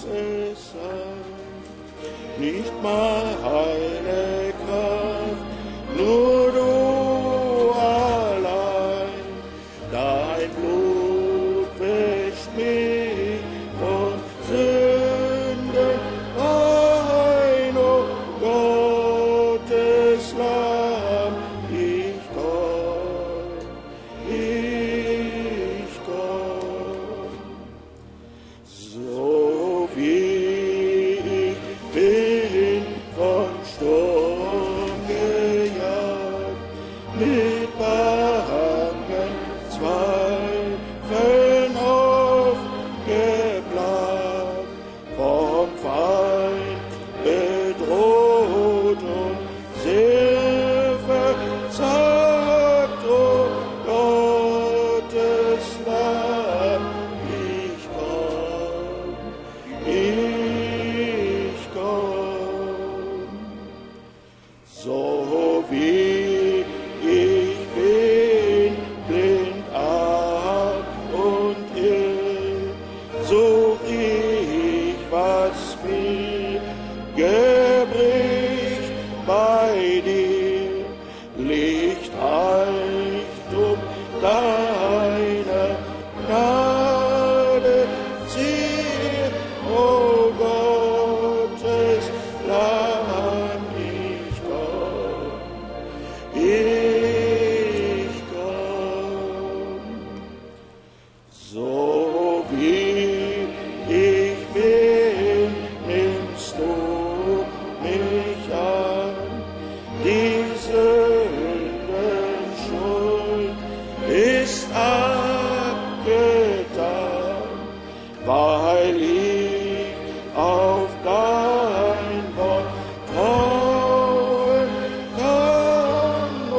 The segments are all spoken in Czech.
es sein. Nicht meine Kraft, nur du allein. Dein Blut wäscht mich von Sünden rein, o Gottes Lamm, ich komm, ich komm. So wie ich bin von Sturm gejagt, mit bangen Zweifeln aufgeplagt, vom Feind bedroht und sehr verzagt, o Gottes Lamm, ich komm, ich komm. So wie ich bin, blind, arm und irr, such ich, was mir gebricht bei dir. Licht, Reichtum deiner Gnade, siehe, o Gottes Lamm, ich komm, ich komm. So wie ich bin, nimmst du mich an, die Sündenschuld ist abgetan, weil ich auf dein Wort trauen kann, o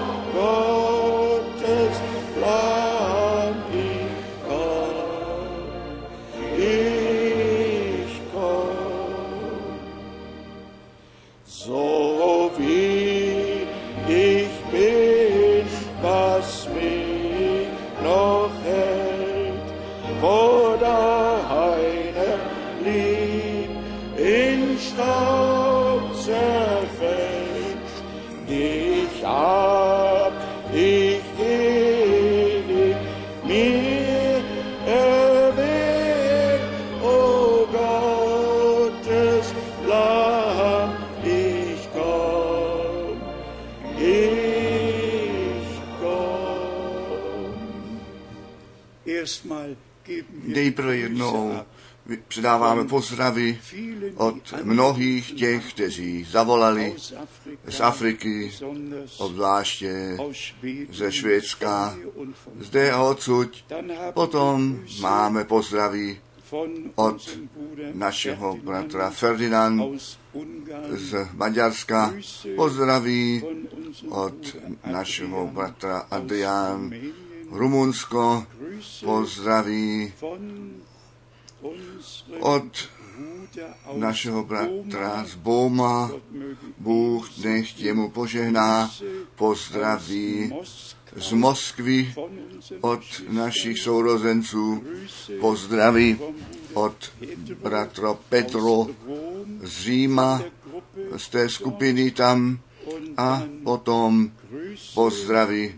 Gottes Lamm, ich komm, ich komm. So wie ich bin, was mich noch hält, vor deinem Lieb in Staub zerfällt, dich ab, ich ewig mir erwählt, o Gottes Lamm, ich komm, ich komm. Erstmal geben wir Nejprve jednou předáváme pozdravy od mnohých těch, kteří zavolali z Afriky, obzvláště ze Švédska, zde a odsud. Potom máme pozdravy od našeho bratra Ferdinand z Maďarska, pozdraví od našeho bratra Adrián Rumunsko, pozdraví od našeho bratra z Boma, Bůh nechť jemu požehná, pozdraví z Moskvy od našich sourozenců, pozdraví od bratra Petro z Říma, z té skupiny tam, a potom pozdraví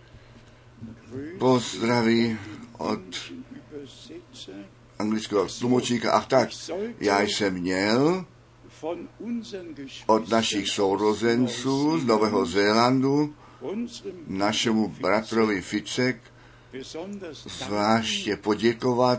od anglického tlumočníka. Ach tak, já jsem měl od našich sourozenců z Nového Zélandu našemu bratrovi Ficek zvláště poděkovat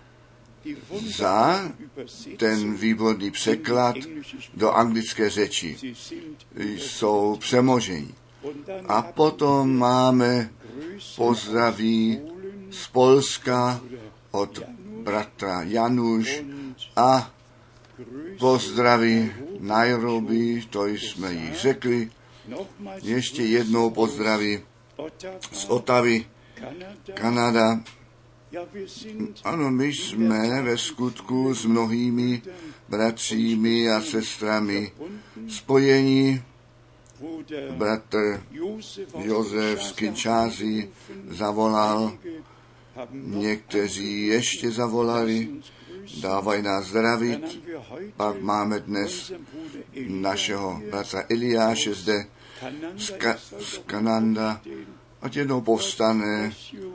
za ten výborný překlad do anglické řeči. Jsou přemožení. A potom máme pozdraví z Polska od bratra Januš a pozdraví Nairobi, to jsme jí řekli. Ještě jednou pozdraví z Ottavy, Kanada. Ano, my jsme ve skutku s mnohými bratřími a sestrami spojení. Bratr Josef z Kinshasy zavolal, někteří ještě zavolali, dávají nás zdravit. Pak máme dnes našeho bratra Eliáše zde z Kanada. Ať jednou povstane,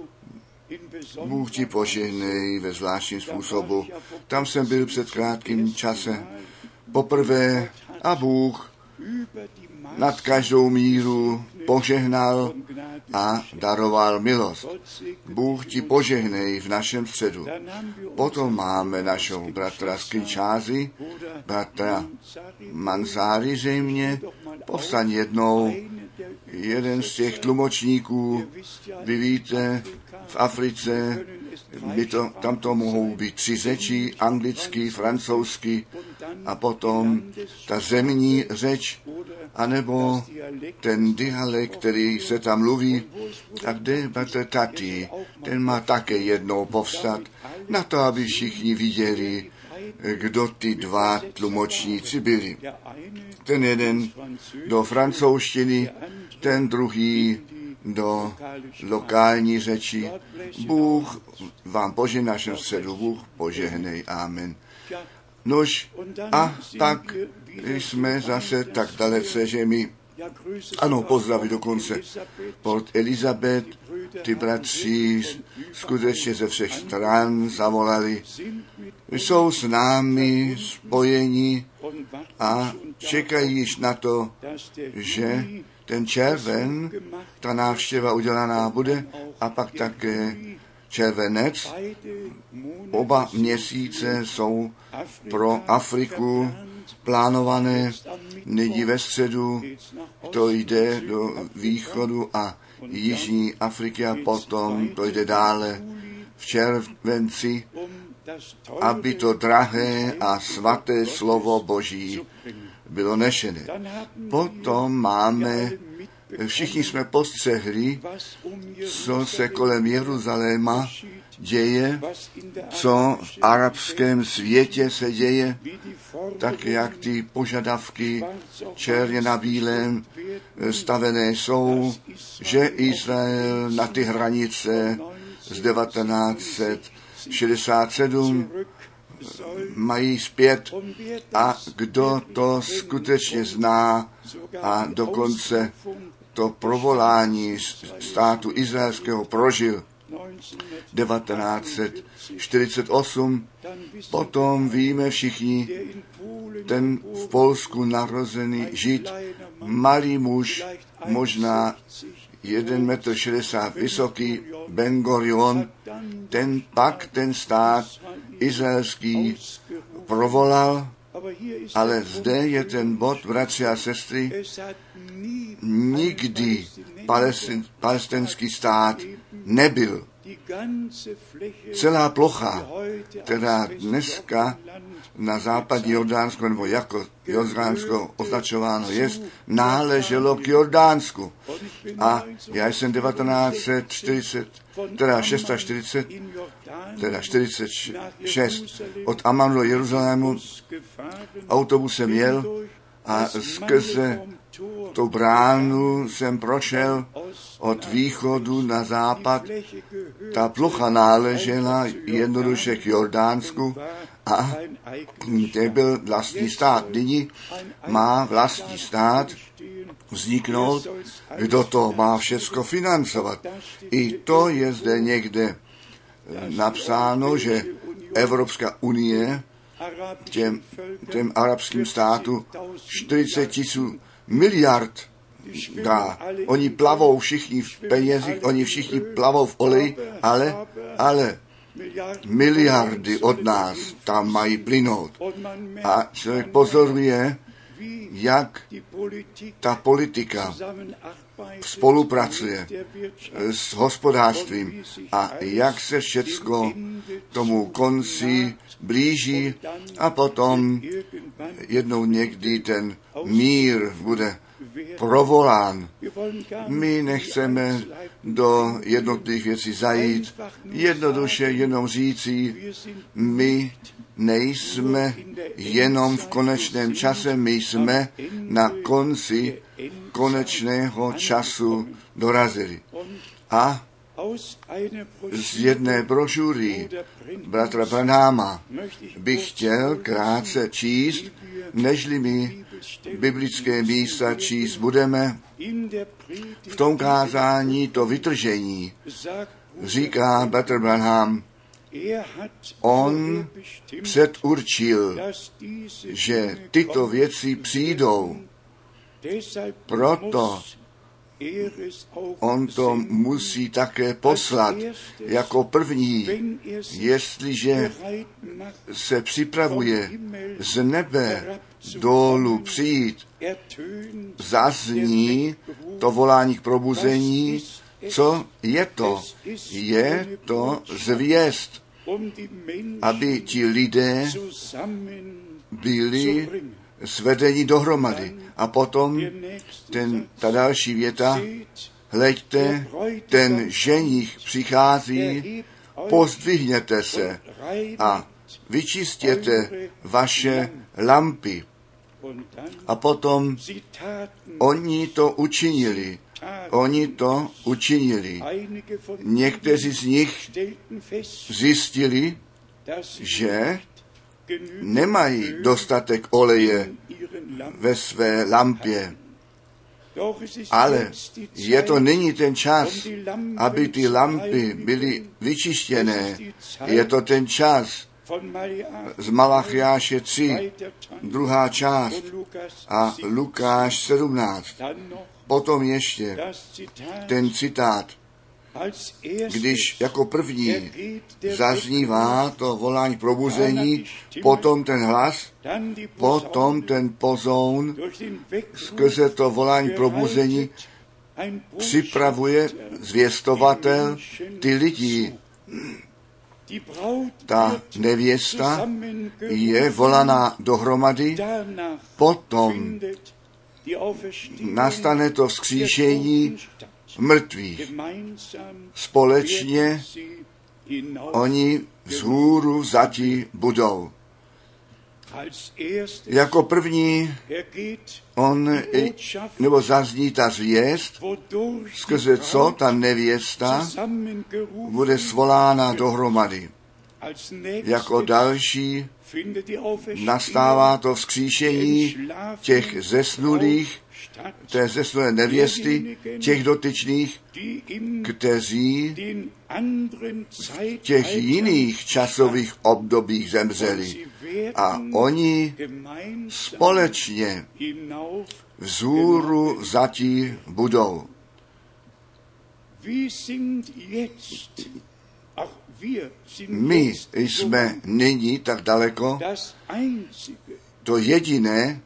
Bůh ti požehnej ve zvláštním způsobu. Tam jsem byl před krátkým čase poprvé a Bůh nad každou míru požehnal a daroval milost. Bůh ti požehnej v našem středu. Potom máme našeho bratra z Kinshásy, bratra Manzáry zřejmě. Povstaň jednou, jeden z těch tlumočníků, vy víte, v Africe, tam to mohou být 3 řeči, anglicky, francouzsky a potom ta zemní řeč, anebo ten dialekt, který se tam mluví. A kde bratr Tati, ten má také jednou povstat, na to, aby všichni viděli, kdo ty 2 tlumočníci byli. Ten jeden do francouzštiny, ten druhý do lokální řeči. Bůh vám požehnej našem středu, Bůh požehnej, amen. Nož a tak jsme zase tak dalece, že my, ano, pozdraví dokonce pod Elizabeth, ty bratři skutečně ze všech stran zavolali, jsou s námi spojeni a čekají již na to, že ten červen, ta návštěva udělaná bude a pak také červenec. Oba měsíce jsou pro Afriku plánované. Nyní ve středu to jde do východu a jižní Afriky a potom to jde dále v červenci, aby to drahé a svaté slovo Boží bylo nešené. Potom máme, všichni jsme postřehli, co se kolem Jeruzaléma děje, co v arabském světě se děje, tak jak ty požadavky černě na bílém stavené jsou, že Izrael na ty hranice z 1967 mají zpět a kdo to skutečně zná a dokonce to provolání státu izraelského prožil 1948, potom víme všichni, ten v Polsku narozený Žid, malý muž, možná 1,60 m vysoký, Ben Gurion, ten stát izraelský provolal, ale zde je ten bod, bratři a sestry, nikdy palestinský stát nebyl. Celá plocha, která dneska na západní Jordánsko nebo jako Jordánsko označováno je, náleželo k Jordánsku. A já jsem 46 od Amanu do Jeruzalému autobusem jel a skrze tou bránu jsem prošel od východu na západ. Ta plocha náležela jednoduše k Jordánsku a to byl vlastní stát. Nyní má vlastní stát vzniknout, kdo to má všecko financovat. I to je zde někde napsáno, že Evropská unie těm arabským státu 40 000 miliard dá. Oni plavou všichni v penězích, oni všichni plavou v oleji, ale miliardy od nás tam mají plynout. A člověk pozoruje, jak ta politika spolupracuje s hospodářstvím a jak se všecko tomu konci blíží a potom jednou někdy ten mír bude provolán. My nechceme do jednotlivých věcí zajít, jednoduše jenom říci, my nejsme jenom v konečném čase, my jsme na konci konečného času dorazili. A Z jedné brožury bratra Branhama bych chtěl krátce číst, nežli my biblické místa číst budeme. V tom kázání to vytržení říká bratr Branham, on předurčil, že tyto věci přijdou. Proto on to musí také poslat jako první, jestliže se připravuje z nebe dolů přijít, zazní to volání k probuzení. Co je to? Je to zvěst, aby ti lidé byli svedení dohromady. A potom ta další věta, hleďte, ten ženich přichází, pozdvihněte se a vyčistěte vaše lampy. A potom oni to učinili. Někteří z nich zjistili, že nemají dostatek oleje ve své lampě. Ale je to nyní ten čas, aby ty lampy byly vyčištěné. Je to ten čas z Malachiáše 3, druhá část a Lukáš 17. Potom ještě ten citát, když jako první zaznívá to volání probuzení, potom ten hlas, potom ten pozoun, skrze to volání probuzení připravuje zvěstovatel ty lidi. Ta nevěsta je volaná dohromady, potom nastane to vzkříšení mrtvých. Společně oni vzhůru vzati budou. Jako první nebo zazní ta zvěst, skrze co ta nevěsta bude svolána dohromady. Jako další nastává to vzkříšení těch zesnulých, té zesnulé nevěsty, těch dotyčných, kteří v těch jiných časových obdobích zemřeli. A oni společně vzhůru vzati budou. My jsme nyní tak daleko, to jediné,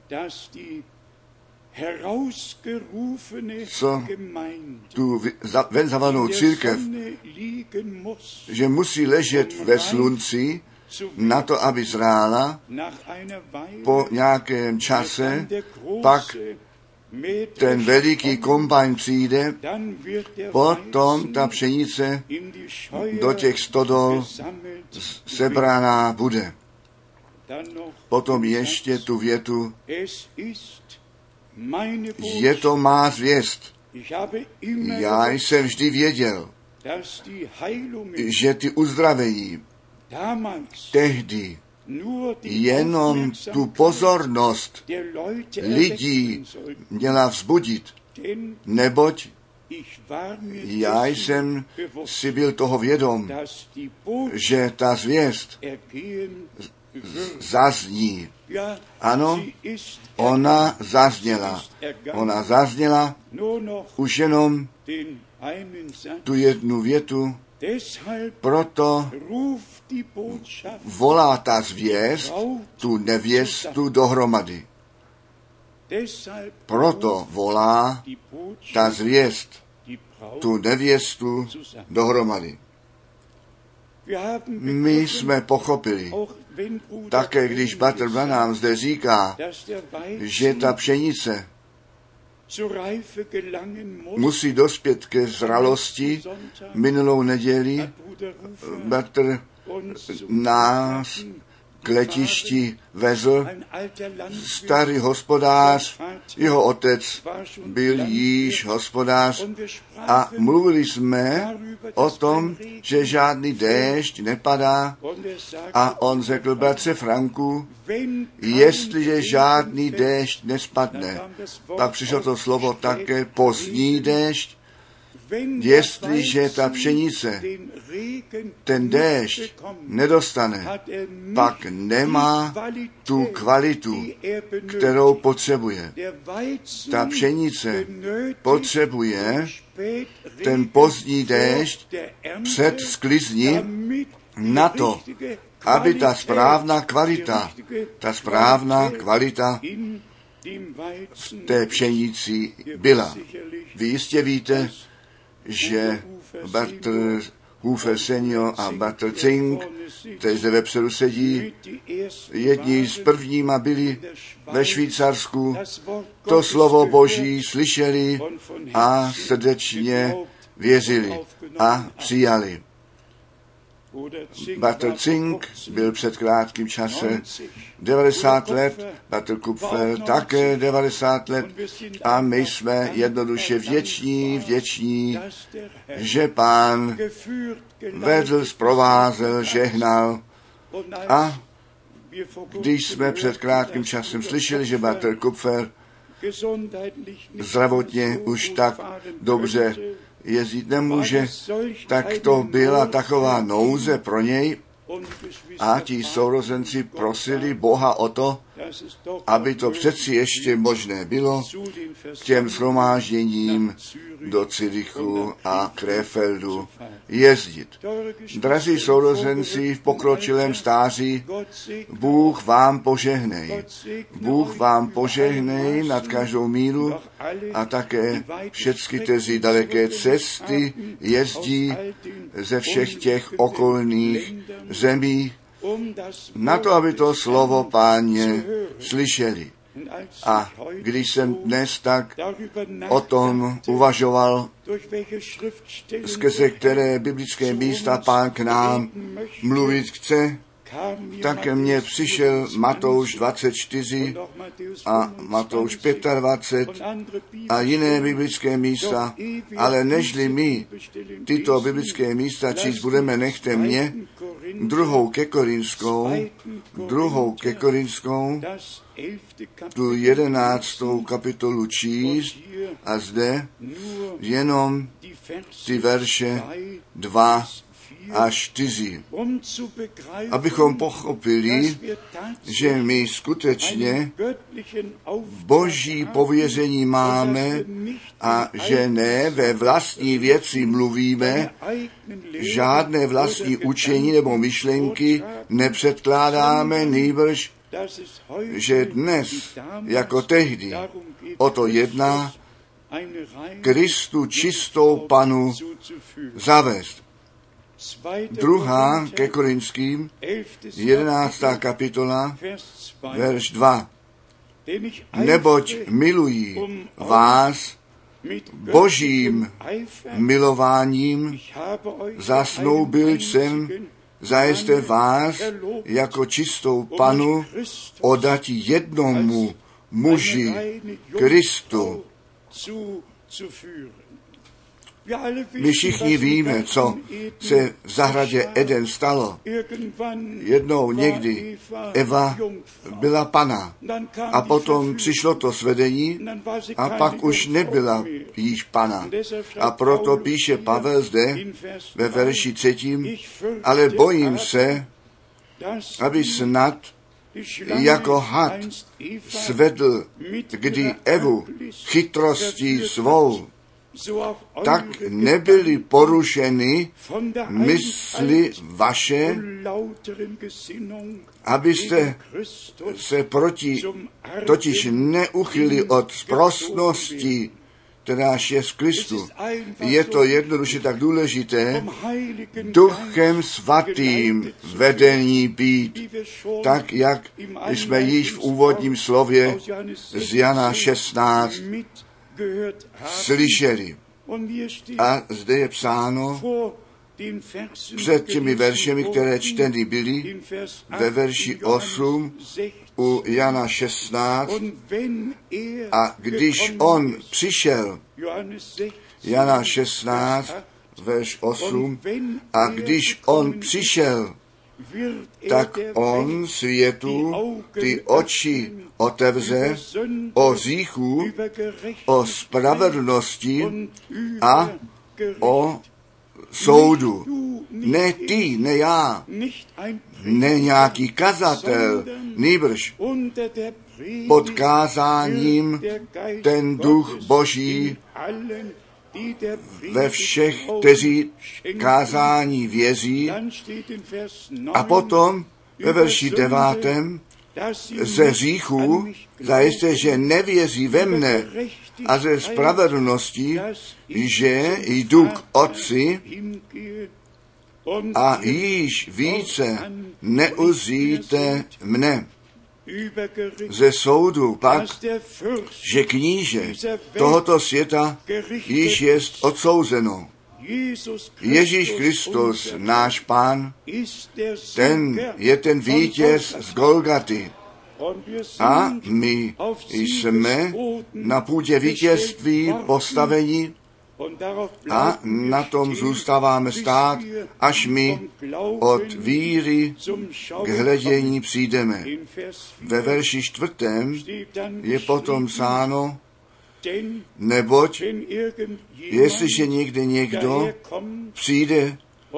co tu ven zavanou církev, že musí ležet ve slunci na to, aby zrála, po nějakém čase, pak ten veliký kombajn přijde, potom ta pšenice do těch stodol sebraná bude. Potom ještě tu větu, je to má zvěst. Já jsem vždy věděl, že ty uzdravení tehdy jenom tu pozornost lidí měla vzbudit, neboť já jsem si byl toho vědom, že ta zvěst zazní. Ano, ona zazněla už jenom tu jednu větu, proto volá ta zvěst tu nevěstu dohromady. Proto volá ta zvěst tu nevěstu dohromady. My jsme pochopili, také když bratr Branham zde říká, že ta pšenice musí dospět ke zralosti. Minulou neděli bratr nás k letišti vezl. Starý hospodář, jeho otec byl již hospodář a mluvili jsme o tom, že žádný déšť nepadá a on řekl, bratře Franku, jestliže žádný déšť nespadne, pak přišlo to slovo také pozdní déšť, jestliže ta pšenice ten déšť nedostane, pak nemá tu kvalitu, kterou potřebuje. Ta pšenice potřebuje ten pozdní déšť před sklizni na to, aby ta správná kvalita v té pšenici byla. Vy jistě víte, že Bartel Hufer senior a Bartel Zink, kteří zde vepředu sedí, jedni z prvníma byli ve Švýcarsku, to slovo Boží slyšeli a srdečně věřili a přijali. Bartel Zink byl před krátkým čase 90 let, Bartel Kupfer také 90 let a my jsme jednoduše vděční, že Pán vedl, zprovázel, žehnal a když jsme před krátkým časem slyšeli, že Bartel Kupfer zdravotně už tak dobře jezdit nemůže, tak to byla taková nouze pro něj a ti sourozenci prosili Boha o to, aby to přeci ještě možné bylo k těm shromážděním do Zürichu a Krefeldu jezdit. Drazí sourozenci v pokročilém stáří, Bůh vám požehnej. Bůh vám požehnej nad každou míru a také všechny ty daleké cesty jezdí ze všech těch okolních zemí na to, aby to slovo Páně slyšeli. A když jsem dnes tak o tom uvažoval, skrze které biblické místa Pán k nám mluvit chce, tak mně přišel Matouš 24 a Matouš 25 a jiné biblické místa, ale nežli my tyto biblické místa číst budeme, nechte mě druhou ke Korinskou, tu 11. kapitolu číst a zde jenom ty verše 2 až 4, abychom pochopili, že my skutečně Boží pověření máme a že ne ve vlastní věci mluvíme, žádné vlastní učení nebo myšlenky nepředkládáme, nýbrž, že dnes, jako tehdy, o to jedná, Kristu čistou panu zavést. Druhá ke Korinským, 11. kapitola, verš 2. Neboť milují vás Božím milováním, zasnoubil jsem zajisté vás jako čistou panu odati jednomu muži Kristu. My všichni víme, co se v zahradě Eden stalo. Jednou někdy Eva byla pana a potom přišlo to svedení a pak už nebyla již pana. A proto píše Pavel zde ve verši 3. Ale bojím se, aby snad jako had svedl, kdy Evu chytrostí svou, tak nebyly porušeny mysli vaše, abyste se totiž neuchyli od sprostnosti, kteráž je z Kristu. Je to jednoduše tak důležité, Duchem svatým vedení být, tak jak jsme již v úvodním slově z Jana 16 slyšeli. A zde je psáno, před těmi veršemi, které čteny byly, ve verši 8 u Jana 16, a když on přišel, Jana 16, verš 8, a když on přišel, tak on světu ty oči otevře o hříchu, o spravedlnosti a o soudu. Ne ty, ne já, ne nějaký kazatel, nýbrž pod kázáním ten duch Boží ve všech, kteří kázání věří. A potom ve verši 9. ze hříchu, zajisté, že nevěří ve mne, a ze spravedlnosti, že jdu k Otci a již více neuzříte mne. Ze soudu pak, že kníže tohoto světa již jest odsouzeno. Ježíš Kristus, náš Pán, ten je ten vítěz z Golgaty. A my jsme na půdě vítězství postaveni a na tom zůstáváme stát, až my od víry k hledění přijdeme. Ve verši 4. je potom psáno, neboť jestliže někde někdo přijde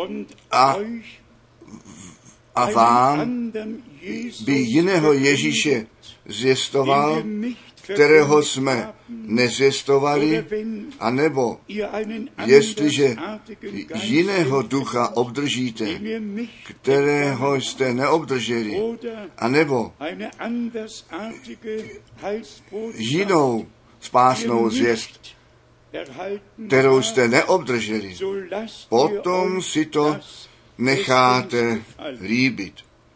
a vám by jiného Ježíše zvěstoval, kterého jsme nezvěstovali, anebo jestliže jiného ducha obdržíte, kterého jste neobdrželi, anebo jinou spásnou zvěst, kterou jste neobdrželi, potom si to necháte líbit.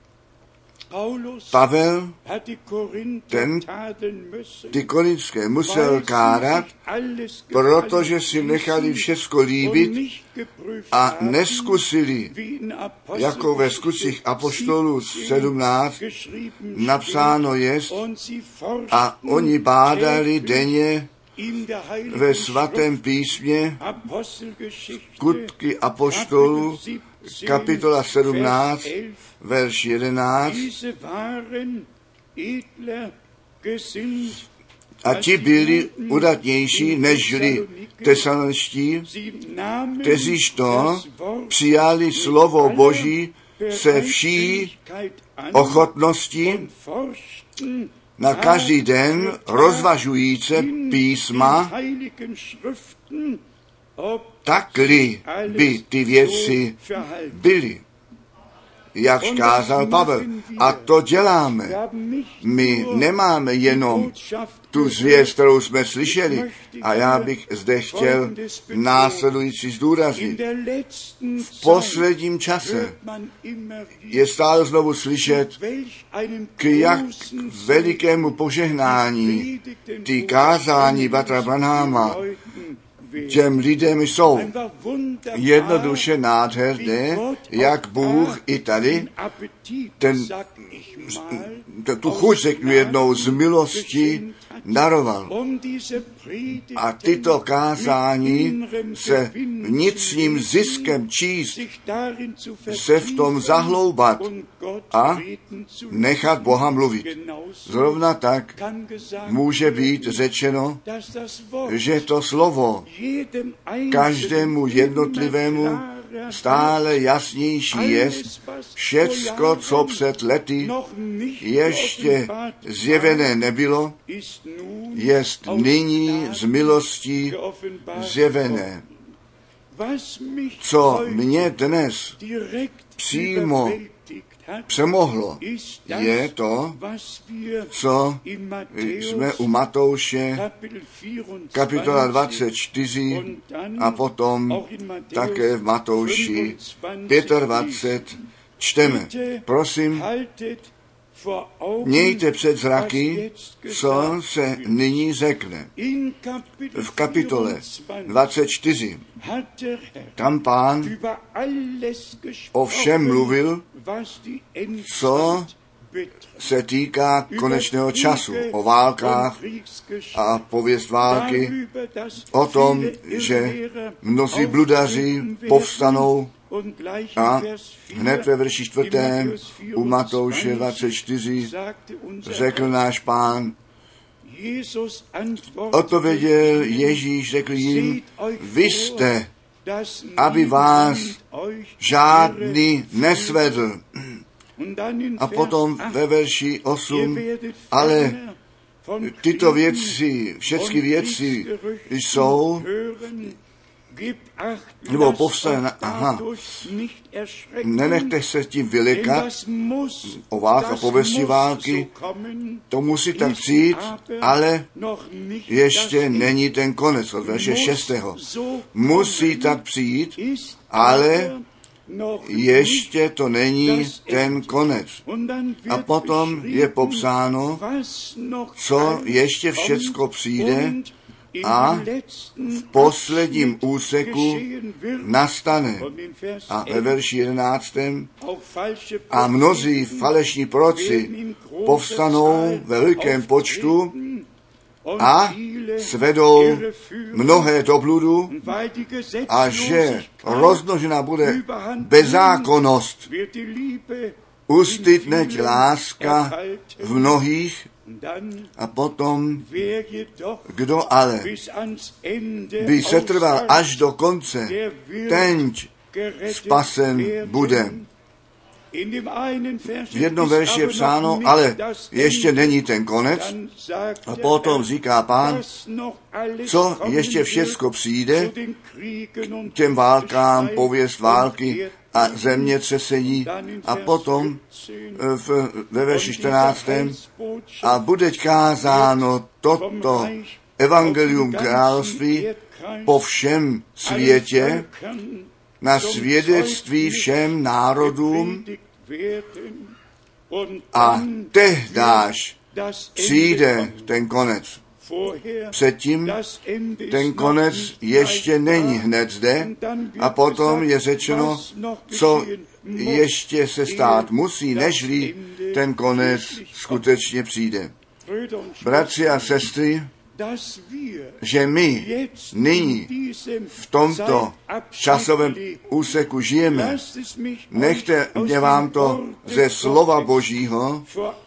Pavel, ten ty korinské musel kárat, protože si nechali všecko líbit a neskusili, jako ve skutcích apoštolů 17 napsáno jest, a oni bádali denně ve svatém písmě, Skutky apoštolů, kapitola 17, verš 11. A ti byli udatnější nežli tesaloničtí, kteříž to přijali slovo Boží se vší ochotností na každý den rozvažujíce písma, takli by ty věci byly, jak kázal Pavel. A to děláme. My nemáme jenom tu zvěst, kterou jsme slyšeli. A já bych zde chtěl následující zdůraznit. V posledním čase je stále znovu slyšet, k jak velikému požehnání ty kázání bratra Branhama těm lidem jsou. Jednoduše nádherné, jak Bůh i tady tu chuť, řeknu jednou, z milosti daroval. A tyto kázání se vnitřním ziskem číst, se v tom zahloubat a nechat Boha mluvit. Zrovna tak může být řečeno, že to slovo každému jednotlivému stále jasnější jest, všecko, co před lety ještě zjevené nebylo, jest nyní z milostí zjevené. Co mě dnes přímo přemohlo, je to, co jsme u Matouše, kapitola 24 a potom také v Matouši 25 čteme. Prosím, Mějte před zraky, co se nyní řekne. V kapitole 24 tam Pán o všem mluvil, co se týká konečného času, o válkách a pověst války, o tom, že mnozí bludaři povstanou a hned ve verši 4. u Matouše 24 řekl náš Pán, odpověděl Ježíš, řekl jim, vy jste, aby vás žádný nesvedl. A potom ve verši 8, ale tyto věci, všechny věci jsou, nebo povstane, nenechte se tím vylekat o válka a pověsti války, to musí tak přijít, ale ještě není ten konec od verše 6. Musí tak přijít, ale ještě to není ten konec. A potom je popsáno, co ještě všecko přijde a v posledním úseku nastane. A ve verši 11. a mnozí falešní proroci povstanou ve velkém počtu a svedou mnohé do bludu a že rozmnožena bude bezzákonnost, ustydneť láska v mnohých a potom, kdo ale by setrval až do konce, tenť spasen bude. V jednom verši je psáno, ale ještě není ten konec. A potom říká Pán, co ještě všecko přijde, těm válkám, pověst války a zemětřesení. A potom ve verši 14. a bude kázáno toto evangelium království po všem světě, na svědectví všem národům a tehdáž přijde ten konec. Předtím ten konec ještě není hned zde a potom je řečeno, co ještě se stát musí, nežli ten konec skutečně přijde. Bratři a sestry, že my nyní v tomto časovém úseku žijeme. Nechte mě vám to ze slova Božího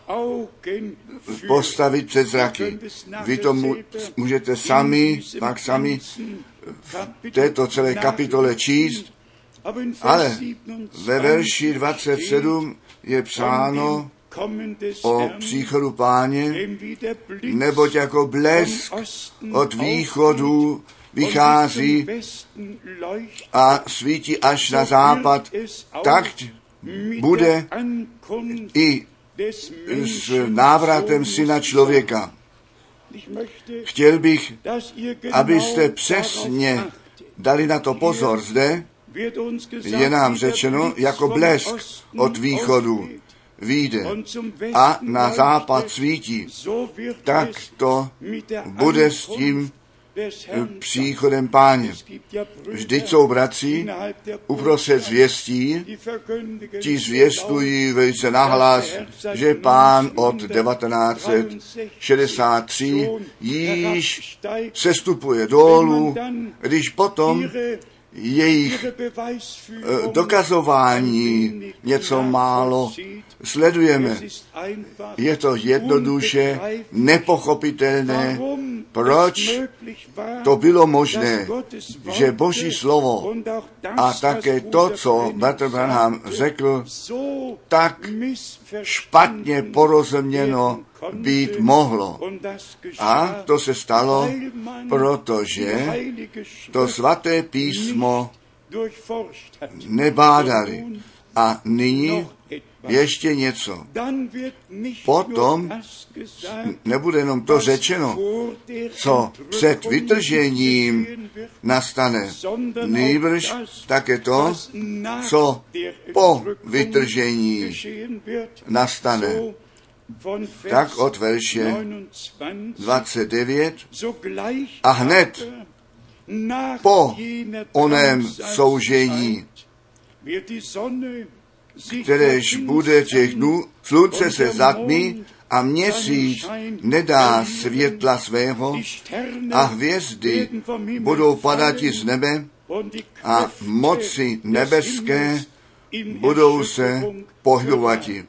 postavit před zraky. Vy to můžete sami, pak sami v této celé kapitole číst, ale ve verši 27 je psáno o příchodu Páně, neboť jako blesk od východu vychází a svítí až na západ, tak bude i s návratem Syna člověka. Chtěl bych, abyste přesně dali na to pozor. Zde je nám řečeno, jako blesk od východu vyjde a na západ svítí. Tak to bude s tím příchodem Páně. Vždyť jsou bratři uprostřed zvěstí, ti zvěstují velice nahlas, že Pán od 1963 již sestupuje dolů, když potom jejich dokazování něco málo sledujeme. Je to jednoduše nepochopitelné, proč to bylo možné, že Boží slovo a také to, co Bratr Branham řekl, tak špatně porozuměno být mohlo. A to se stalo, protože to svaté písmo nebádali. A nyní ještě něco. Potom nebude jenom to řečeno, co před vytržením nastane, nýbrž také to, co po vytržení nastane. tak od verše 29 a hned po oném soužení, kteréž bude těch dnů, slunce se zatmí a měsíc nedá světla svého a hvězdy budou padati z nebe a moci nebeské budou se pohybovati.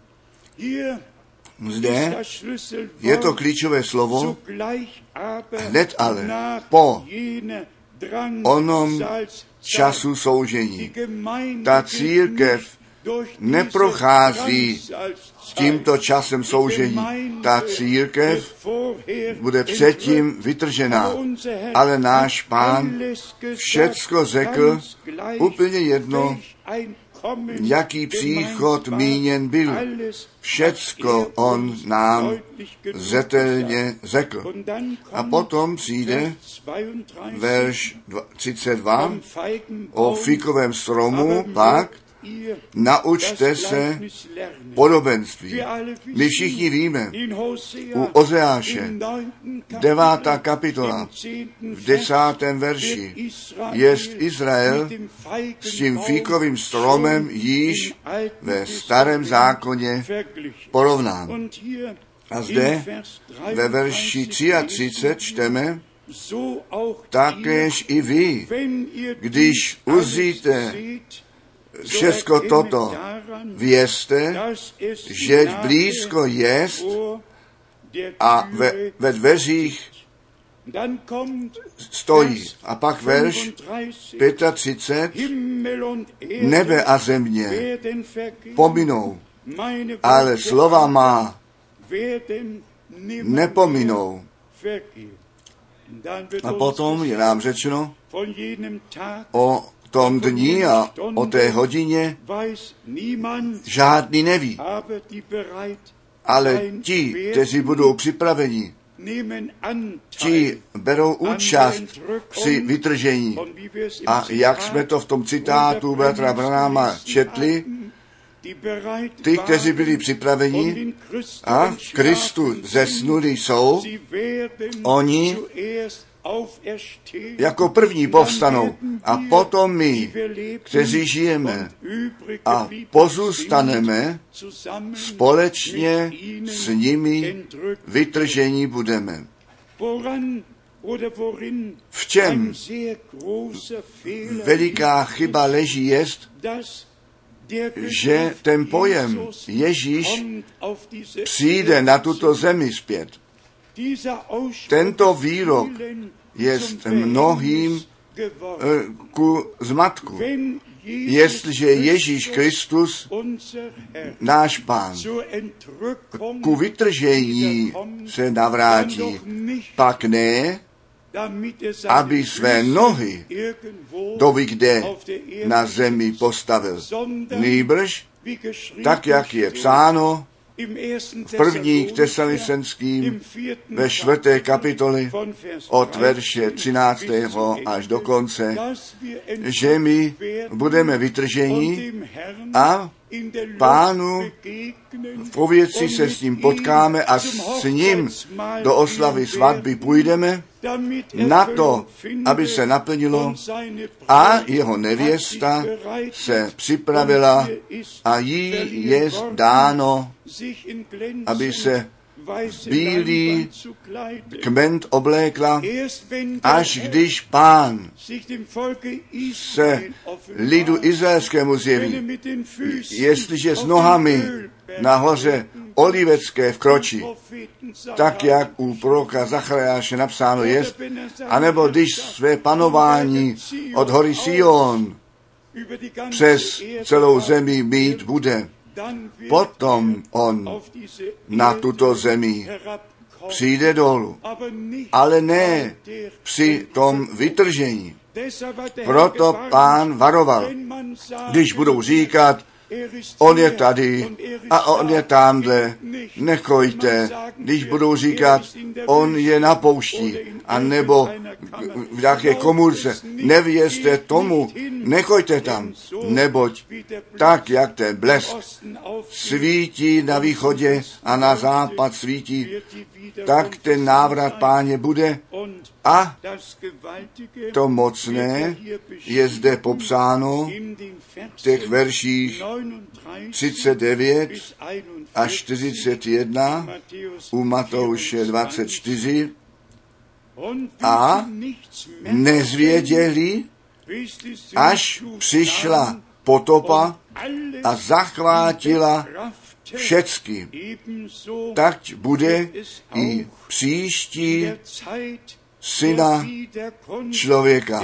Zde je to klíčové slovo, hned ale po onom času soužení. Ta církev neprochází tímto časem soužení. Ta církev bude předtím vytržená, ale náš Pán všecko řekl úplně jedno, jaký příchod míněn byl. Všecko on nám zřetelně řekl. A potom přijde verš 32 o fikovém stromu, pak naučte se podobenství. My všichni víme, u Ozeáše, 9. kapitola, v 10. verši, jest Izrael s tím fíkovým stromem již ve starém zákoně porovnán. A zde ve verši 33 čteme, takéž i vy, když uzříte všecko toto, vězte, že blízko jest a ve dveřích stojí. A pak verš 35, nebe a země pominou, ale slova má nepominou. A potom je nám řečeno o tom dni a o té hodině žádný neví. Ale ti, kteří budou připraveni, ti berou účast při vytržení. A jak jsme to v tom citátu bratra Branhama četli, ty, kteří byli připraveni a v Kristu zesnuli jsou, oni jako první povstanou a potom my, kteří žijeme a pozůstaneme, společně s nimi vytržení budeme. V čem veliká chyba leží jest, že ten pojem Ježíš přijde na tuto zemi zpět. Tento výrok je mnohým ku zmatku. Jestliže Ježíš Kristus, náš Pán, ku vytržení se navrátí, pak ne, aby své nohy doví kde na zemi postavil. Nýbrž, tak jak je psáno, v 1. Tesalicenským ve 4. kapitoli od verše 13. až do konce, že my budeme vytrženi a Pánu v pověci se s ním potkáme a s ním do oslavy svatby půjdeme, na to, aby se naplnilo a jeho nevěsta se připravila a jí je dáno, aby se bílý kment oblékla, až když Pán se lidu izraelskému zjeví. Jestliže s nohami nahoře Olivecké vkročí, tak jak u proroka Zachariáše napsáno jest, anebo když své panování od hory Sion přes celou zemi mít bude, potom on na tuto zemi přijde dolů, ale ne při tom vytržení. Proto Pán varoval, když budou říkat, on je tady a on je tamhle, nechojte, když budou říkat, on je na poušti, anebo v nějaké komůrce. Nevěřte tomu, nechoďte tam, neboť tak, jak ten blesk svítí na východě a na západ svítí, tak ten návrat Páně bude. A to mocné je zde popsáno v těch verších 39 až 41 u Matouše 24 a nezvěděli, až přišla potopa a zachvátila všecky. Tak bude i příští Syna člověka.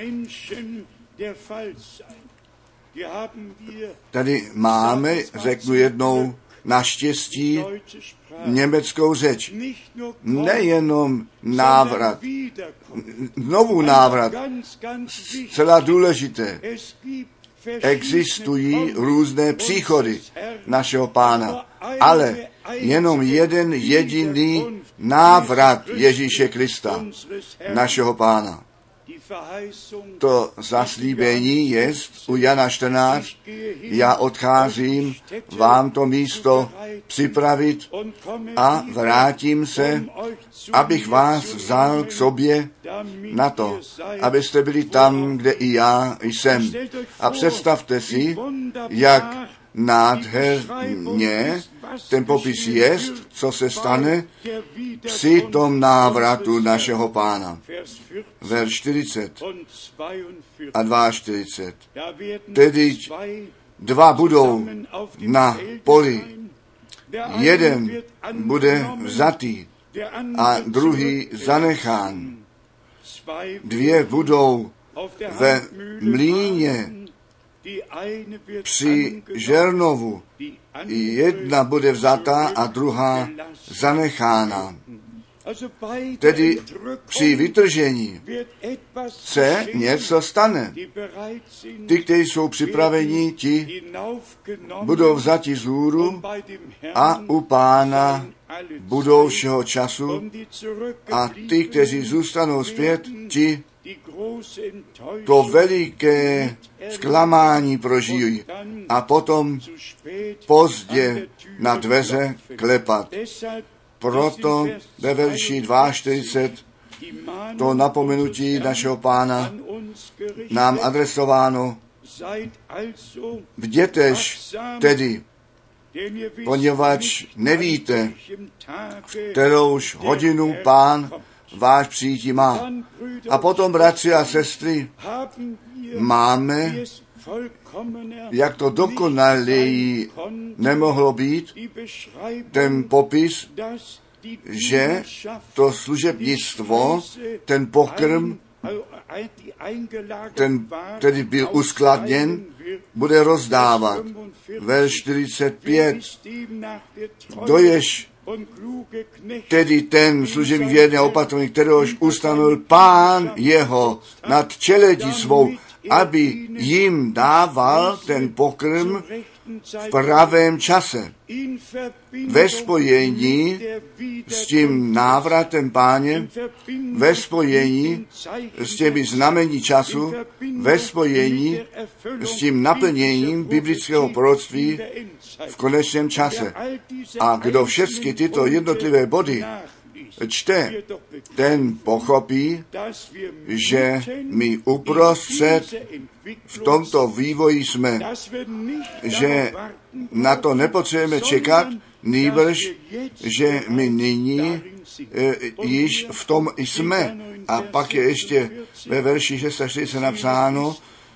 Tady máme, řeknu jednou, naštěstí německou řeč. Nejenom návrat, znovu návrat, zcela důležité. Existují různé příchody našeho Pána, ale jenom jeden jediný návrat Ježíše Krista, našeho Pána. To zaslíbení je u Jana 14, já odcházím vám to místo připravit a vrátím se, abych vás vzal k sobě na to, abyste byli tam, kde i já jsem. A představte si, jak nádherně ten popis jest, co se stane při tom návratu našeho Pána. Verš 40 a 42. Tedy dva budou na poli, jeden bude vzatý a druhý zanechán. Dvě budou ve mlýně při žernovu. Jedna bude vzatá a druhá zanechána. Tedy při vytržení se něco stane. Ty, kteří jsou připraveni, ti budou vzati vzhůru a u Pána budoucího času a ty, kteří zůstanou zpět, ti to veliké zklamání prožijí a potom pozdě na dveře klepat. Proto ve verši 42 to napomenutí našeho Pána nám adresováno. Bdětež tedy, poněvadž nevíte, kterouž hodinu Pán váš přijítí má. A potom, bratři a sestry, máme, jak to dokonaleji nemohlo být, ten popis, že to služebnictvo, ten pokrm, ten tedy byl uskladněn, bude rozdávat. Verš 45. Dojež tedy ten služebník věrný a opatrný, kteréhož ustanovil Pán jeho nad čeledí svou, aby jim dával ten pokrm v pravém čase. Ve spojení s tím návratem Páně, ve spojení s těmi znamení času, ve spojení s tím naplněním biblického proroctví v konečném čase. A kdo všechny tyto jednotlivé body čte, ten pochopí, že my uprostřed v tomto vývoji jsme, že na to nepotřebujeme čekat, nýbrž, že my nyní již v tom jsme. A pak je ještě ve verši 640 napsáno,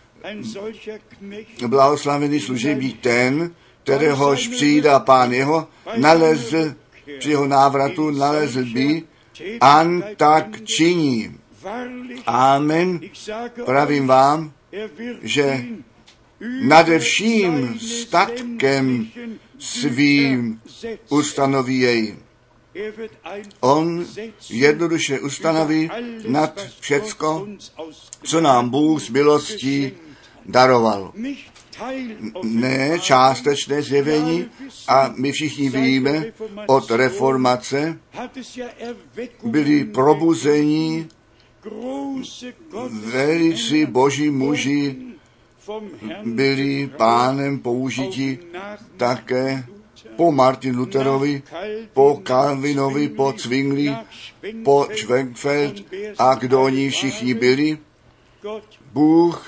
blahoslavený služebník ten, kteréhož přijde Pán jeho, nalezl při jeho návratu, nalezl by, an tak činí. Amen. Pravím vám, že nade vším statkem svým ustanoví jej. On jednoduše ustanoví nad všecko, co nám Bůh z milostí daroval. Ne částečné zjevení, a my všichni víme, od reformace byli probuzení velicí boží muži byli Pánem použiti také po Martin Lutherovi, po Calvinovi, po Zwingli, po Schwenkfeld a kdo oni všichni byli. Bůh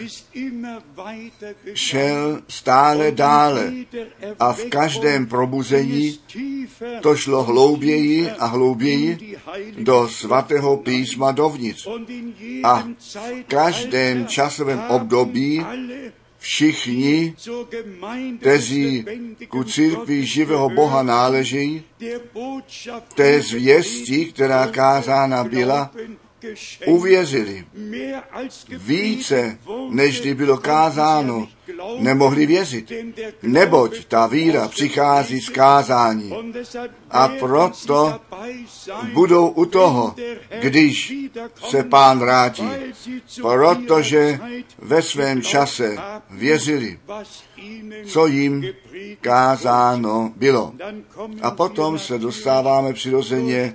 šel stále dále a v každém probuzení to šlo hlouběji a hlouběji do svatého písma dovnitř. A v každém časovém období všichni, kteří ku církvi živého Boha náležejí, té zvěsti, která kázána byla, uvěřili. Více, než kdy bylo kázáno, nemohli věřit, neboť ta víra přichází z kázání. A proto budou u toho, když se Pán vrátí, protože ve svém čase věřili, co jim kázáno bylo. A potom se dostáváme přirozeně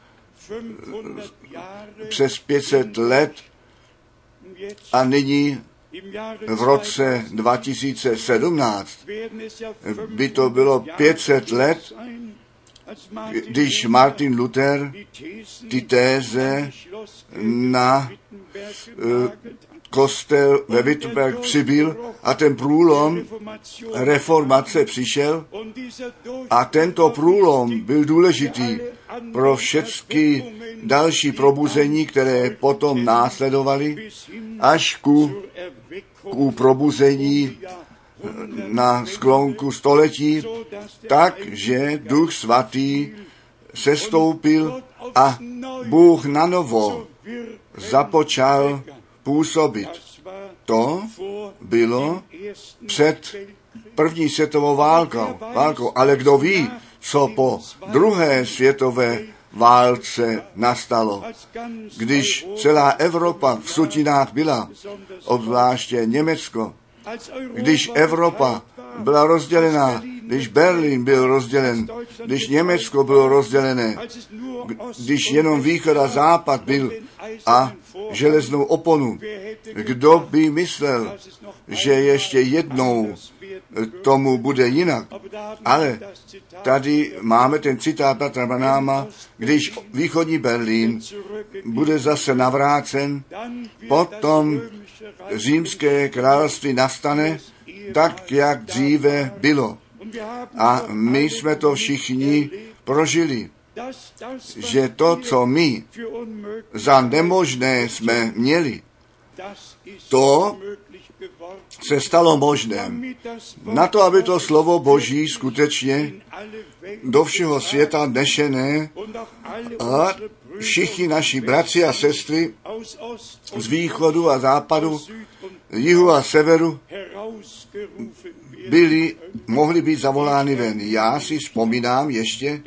přes 500 let a nyní v roce 2017 by to bylo 500 let, když Martin Luther ty téze na kostel ve Wittenberg přibyl a ten průlom reformace přišel a tento průlom byl důležitý pro všechny další probuzení, které potom následovaly až ku probuzení na sklonku století, takže Duch Svatý sestoupil a Bůh nanovo započal působit. To bylo před první světovou válkou, ale kdo ví, co po druhé světové válce nastalo. Když celá Evropa v sutinách byla, obzvláště Německo, když Evropa byla rozdělená, když Berlín byl rozdělen, když Německo bylo rozdělené, když jenom východ a západ byl a železnou oponu. Kdo by myslel, že ještě jednou tomu bude jinak? Ale tady máme ten citát Bratra Branhama, když východní Berlín bude zase navrácen, potom římské království nastane tak, jak dříve bylo. A my jsme to všichni prožili, že to, co my za nemožné jsme měli, to se stalo možném. Na to, aby to slovo Boží skutečně do všeho světa nešené a všichni naši bratři a sestry z východu a západu, jihu a severu mohli být zavolány ven. Já si vzpomínám ještě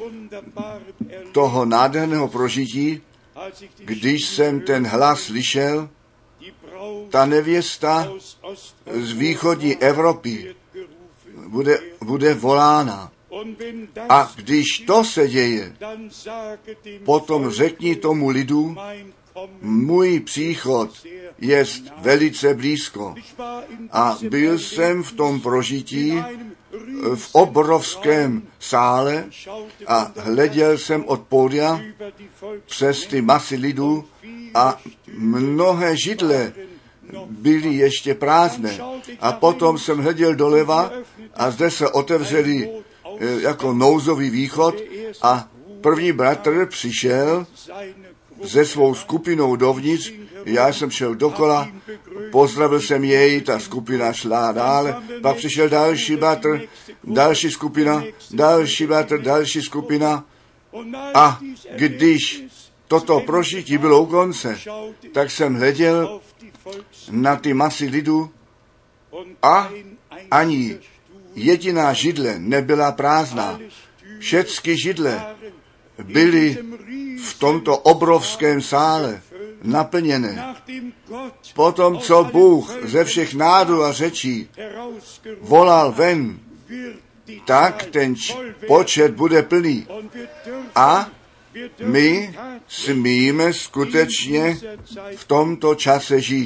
toho nádherného prožití, když jsem ten hlas slyšel, ta nevěsta z východní Evropy bude volána. A když to se děje, potom řekni tomu lidu, můj příchod je velice blízko. A byl jsem v tom prožití v obrovském sále a hleděl jsem od pódia přes ty masy lidů a mnohé židle byly ještě prázdné. A potom jsem hleděl doleva a zde se otevřeli jako nouzový východ a první bratr přišel se svou skupinou dovnitř, já jsem šel dokola, pozdravil jsem jej, ta skupina šla dále, pak přišel další bratr, další skupina, další bratr, další skupina a když toto prožití bylo u konce, tak jsem hleděl na ty masy lidu a ani jediná židle nebyla prázdná. Všechny židle byly v tomto obrovském sále naplněné. Potom, co Bůh ze všech nádů a řečí volal ven, tak ten počet bude plný. A My smíme skutečně v tomto čase žít.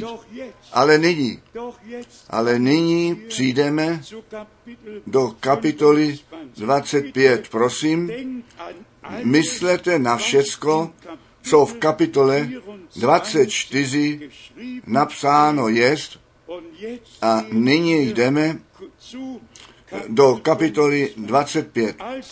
Ale nyní přijdeme do kapitoly 25. Prosím, myslete na všecko, co v kapitole 24 napsáno jest, a nyní jdeme do kapitoly 25.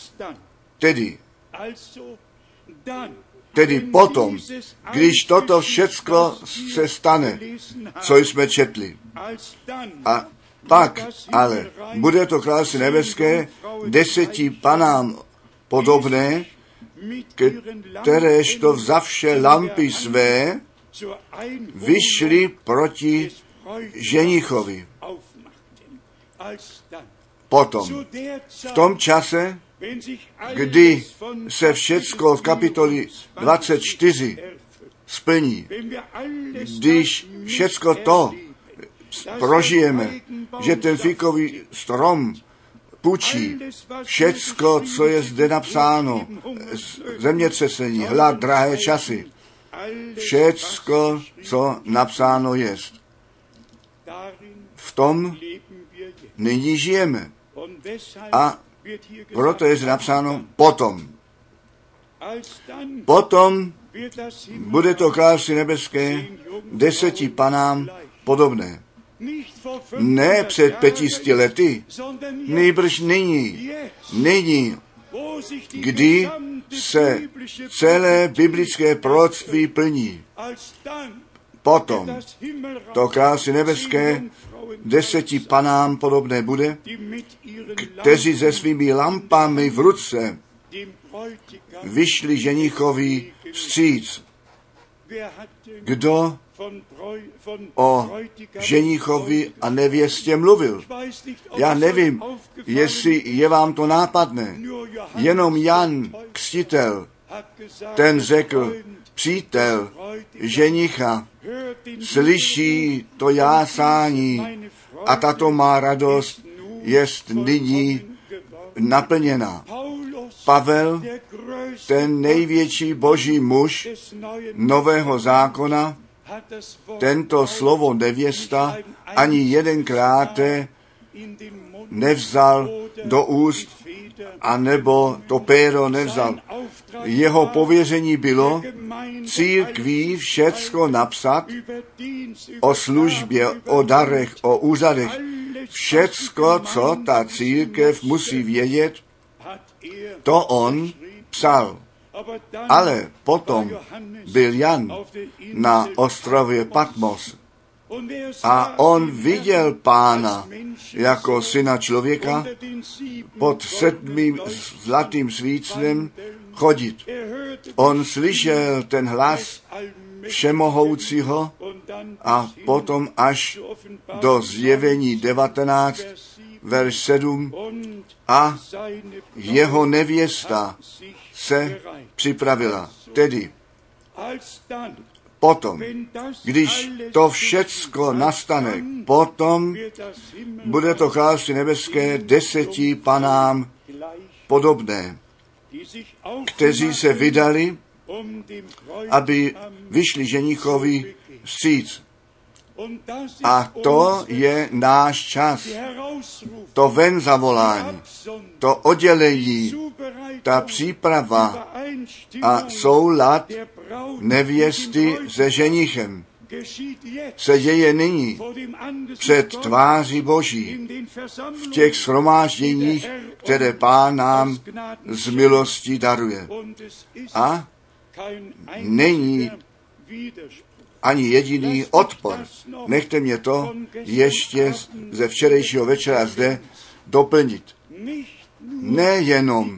Tedy potom, když toto všecko se stane, co jsme četli. A pak ale bude to království nebeské 10 panám podobné, kteréž to vzavše lampy své vyšli proti ženichovi. Potom, v tom čase, kdy se všecko v kapitoli 24 splní, když všecko to prožijeme, že ten fikový strom pučí, všecko, co je zde napsáno, zemětřesení, hlad, drahé časy, všecko, co napsáno jest. V tom nyní žijeme. A proto je napsáno potom. Potom bude to království nebeské 10 panám podobné. Ne před 500 lety, nýbrž nyní, kdy se celé biblické proroctví plní. Potom to království nebeské 10 panám podobné bude, kteří se svými lampami v ruce vyšli ženichovi vstříc. Kdo o ženichovi a nevěstě mluvil? Já nevím, jestli je vám to nápadné. Jenom Jan Křtitel, ten řekl, přítel ženicha slyší to jásání a tato má radost jest nyní naplněná. Pavel, ten největší boží muž Nového zákona, tento slovo nevěsta ani jedenkrát nevzal do úst, anebo to péro nevzal. Jeho pověření bylo církví všecko napsat o službě, o darech, o úřadech. Všecko, co ta církev musí vědět, to on psal. Ale potom byl Jan na ostrově Patmos a on viděl Pána jako syna člověka pod 7 zlatým svícnem chodit. On slyšel ten hlas všemohoucího a potom až do Zjevení 19, verš 7, a jeho nevěsta se připravila. Tedy potom, když to všecko nastane, potom bude to království nebeské 10 panám podobné, kteří se vydali, aby vyšli ženichovi vstříc. A to je náš čas. To ven zavolání, to oddělení, ta příprava a soulad nevěsty se ženichem se děje nyní před tváří Boží v těch shromážděních, které Pán nám z milostí daruje. A není ani jediný odpor. Nechte mě to ještě ze včerejšího večera zde doplnit. Nejenom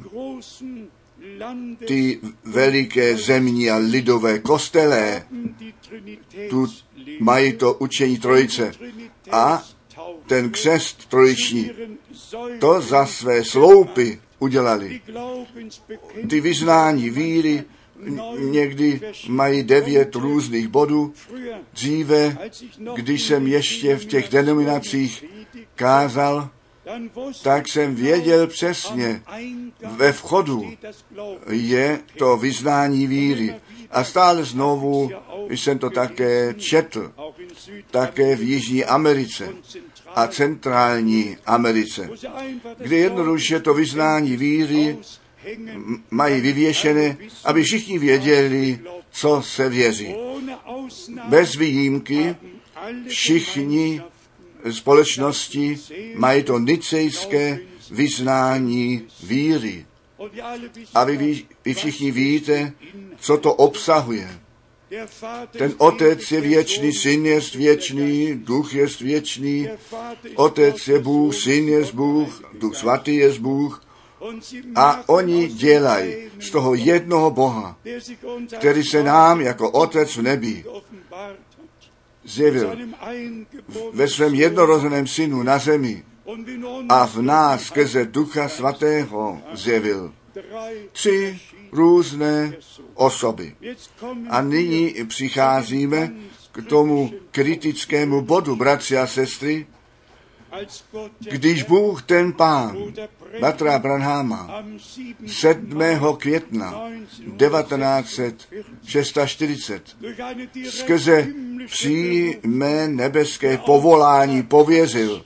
ty veliké zemní a lidové kostele, tu mají to učení trojice a ten křest trojiční, to za své sloupy udělali. Ty vyznání víry někdy mají 9 různých bodů. Dříve, když jsem ještě v těch denominacích kázal, tak jsem věděl přesně, ve vchodu je to vyznání víry. A stále znovu jsem to také četl, také v Jižní Americe a Centrální Americe, kde jednoduše to vyznání víry mají vyvěšené, aby všichni věděli, co se věří. Bez výjimky všichni společnosti mají to nicejské vyznání víry. A vy všichni víte, co to obsahuje. Ten Otec je věčný, Syn je věčný, Duch je věčný, Otec je Bůh, Syn je Bůh, Duch Svatý je Bůh. A oni dělají z toho jednoho Boha, který se nám jako Otec v nebi zjevil ve svém jednorozeném Synu na zemi a v nás skrze Ducha Svatého zjevil 3 různé osoby. A nyní přicházíme k tomu kritickému bodu, bratři a sestry, když Bůh ten Pán bratra Branhama 7. května 1946 skrze přímé nebeské povolání pověřil.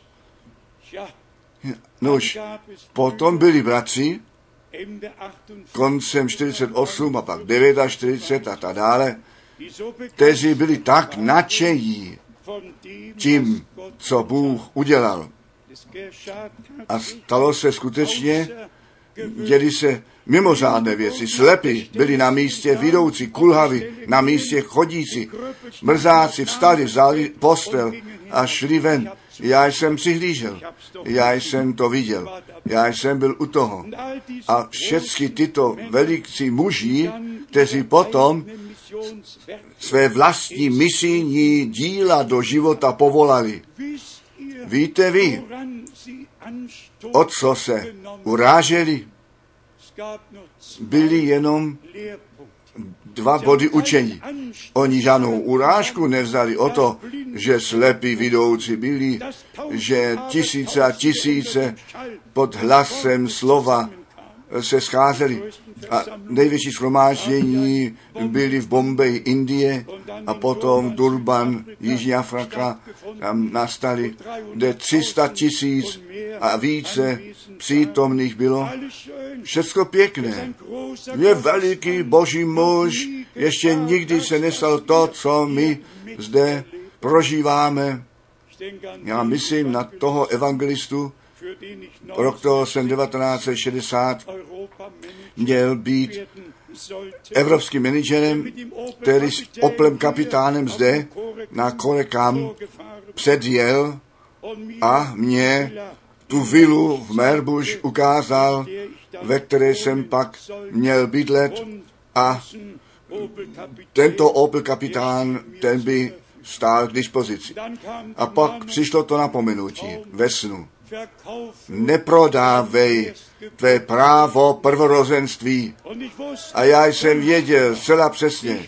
Nož, potom byli bratři, koncem 48 a pak 49 a tak dále, kteří byli tak nadšení tím, co Bůh udělal. A stalo se skutečně, děli se mimořádné věci. Slepí byli na místě, vidoucí, kulhavi na místě, chodící, mrzáci vstali, vzali postel a šli ven. Já jsem přihlížel, já jsem to viděl, já jsem byl u toho. A všechny tyto velicí muži, kteří potom své vlastní misijní díla do života povolali. Víte vy, o co se uráželi? Byly jenom 2 body učení. Oni žádnou urážku nevzali o to, že slepí vidoucí byli, že tisíce a tisíce pod hlasem slova se scházeli. A největší shromáždění byli v Bombeji, Indie, a potom Durban, Jižní Afrika, tam nastali, kde 300 000 a více přítomných bylo. Všecko pěkné. Je veliký boží muž, ještě nikdy se nestalo to, co my zde prožíváme. Já myslím na toho evangelistu, rok toho jsem 1960 měl být evropským manažerem, který s Oplem kapitánem zde na Korekam předjel a mě tu vilu v Meerbusch ukázal, ve které jsem pak měl bydlet, a tento Opel kapitán, ten by stál k dispozici. A pak přišlo to napomenutí ve snu. Neprodávej tvé právo prvorozenství. A já jsem věděl zcela přesně.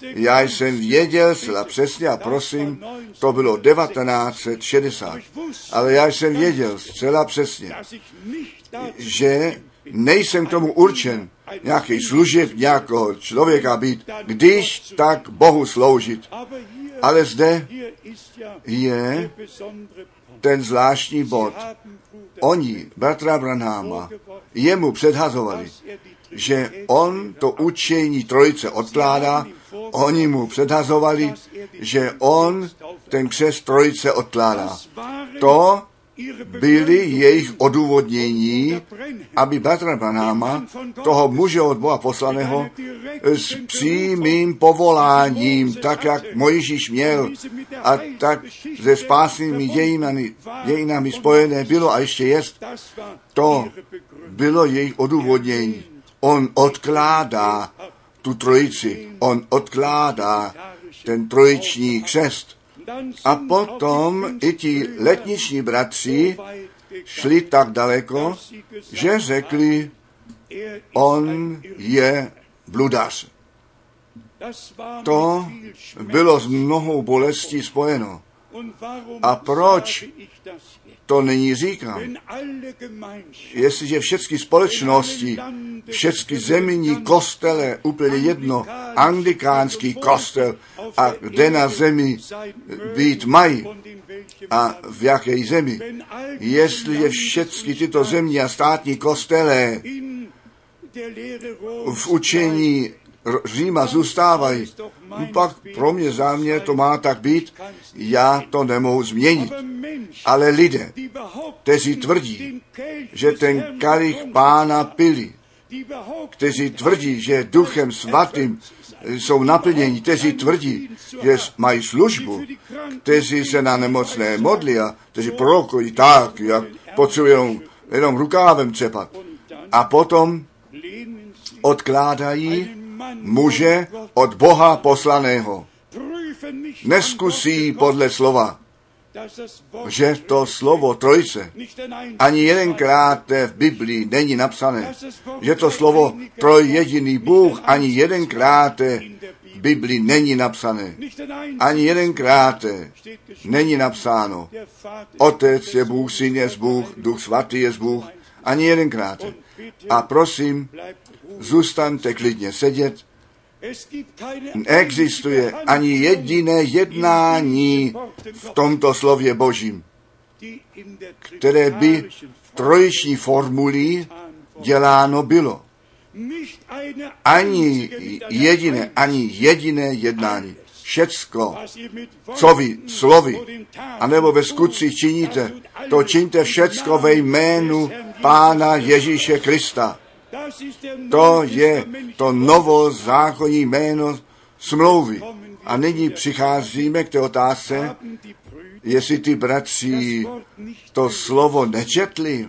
A prosím, to bylo 1960. Ale já jsem věděl zcela přesně, že nejsem k tomu určen nějaký služeb, nějakého člověka být, když tak Bohu sloužit. Ale zde je ten zvláštní bod. Oni, bratra Branhama, jemu předhazovali, že on to učení trojice odkládá, oni mu předhazovali, že on ten křest trojice odkládá. To byly jejich odůvodnění, aby bratra Branhama, toho muže od Boha poslaného, s přímým povoláním, tak jak Mojžíš měl a tak se spásnými dějinami spojené bylo a ještě jest, to bylo jejich odůvodnění. On odkládá tu trojici, on odkládá ten trojiční křest. A potom i ti letniční bratři šli tak daleko, že řekli, on je bludař. To bylo s mnohou bolestí spojeno. A proč to nyní říkám? Jestliže všechny společnosti, všechny zemní kostele, úplně jedno, anglikánský kostel, a kde na zemi být mají a v jaké zemi, jestliže všechny tyto zemní a státní kostele v učení Říma zůstávají, pak pro mě záměr to má tak být, já to nemohu změnit. Ale lidé, kteří tvrdí, že ten kalich Pána pili, kteří tvrdí, že Duchem Svatým jsou naplněni, kteří tvrdí, že mají službu, kteří se na nemocné modlí a kteří prorokují tak, jak potřebují jenom rukávem třepat. A potom odkládají muže od Boha poslaného. Neskusí podle slova, že to slovo Trojice ani jedenkrát v Biblii není napsané, že to slovo trojjediný Bůh ani jedenkrát v Biblii není napsané. Ani jedenkrát není napsáno. Otec je Bůh, Syn je Bůh, Duch Svatý je Bůh. Ani jedenkrát. A prosím, zůstaňte klidně sedět. Neexistuje ani jediné jednání v tomto slově Božím, které by trojiční formulí děláno bylo. Ani jediné jednání. Všecko, co vy slovy, anebo ve skutcích činíte, to čiňte všecko ve jménu Pána Ježíše Krista. To je to novozákonní jméno smlouvy. A nyní přicházíme k té otázce, jestli ty bratři to slovo nečetli,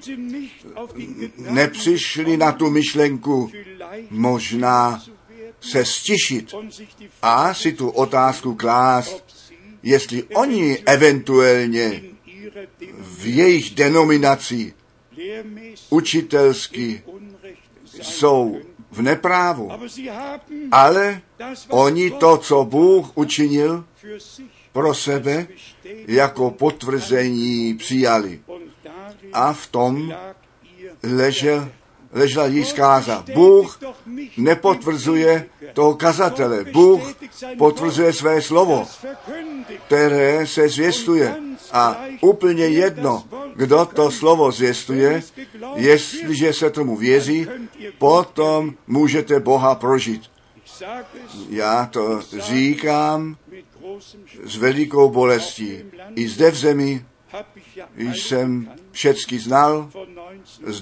nepřišli na tu myšlenku možná se stišit a si tu otázku klást, jestli oni eventuálně v jejich denominaci učitelsky jsou v neprávu, ale oni to, co Bůh učinil pro sebe, jako potvrzení přijali. A v tom ležela jí zkáza. Bůh nepotvrzuje toho kazatele. Bůh potvrzuje své slovo, které se zvěstuje. A úplně jedno, kdo to slovo zvěstuje, jestliže se tomu věří, potom můžete Boha prožít. Já to říkám s velikou bolestí. I zde v zemi jsem všecky znal z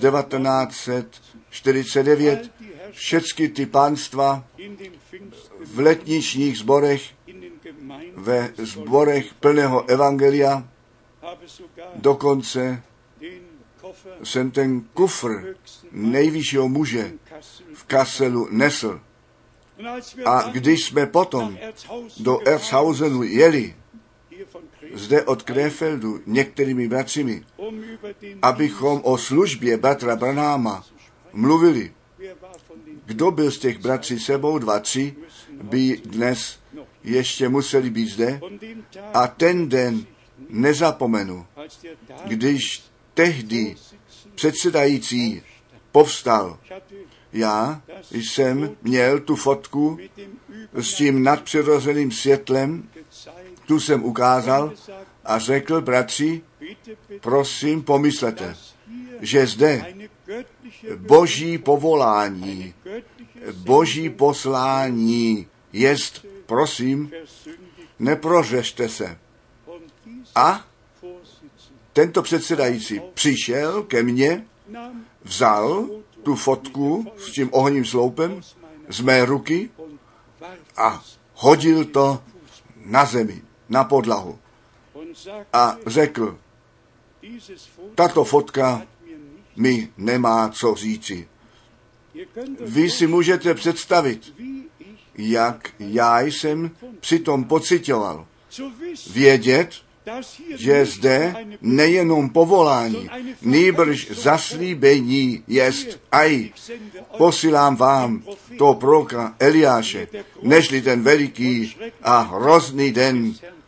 1949, všecky ty pánstva v letničních sborech, ve sborech plného evangelia. Dokonce jsem ten kufr nejvyššího muže v Kasselu nesl. A když jsme potom do Erzhausenu jeli, zde od Krefeldu některými bratřimi, abychom o službě bratra Branhama mluvili. Kdo byl z těch bratří sebou, 2, 3, by dnes ještě museli být zde. A ten den nezapomenu, když tehdy předsedající povstal. Já jsem měl tu fotku s tím nadpřirozeným světlem, tu jsem ukázal a řekl, bratři, prosím pomyslete, že zde Boží povolání, Boží poslání jest, prosím, neprořešte se. A tento předsedající přišel ke mně, vzal tu fotku s tím ohním sloupem z mé ruky a hodil to na zemi, na podlahu. A řekl, tato fotka mi nemá co říci. Vy si můžete představit, jak já jsem přitom pocitoval. Vědět, že zde nejenom povolání, nýbrž zaslíbení jest, aj posílám vám toho proroka Eliáše, nežli ten veliký a hrozný den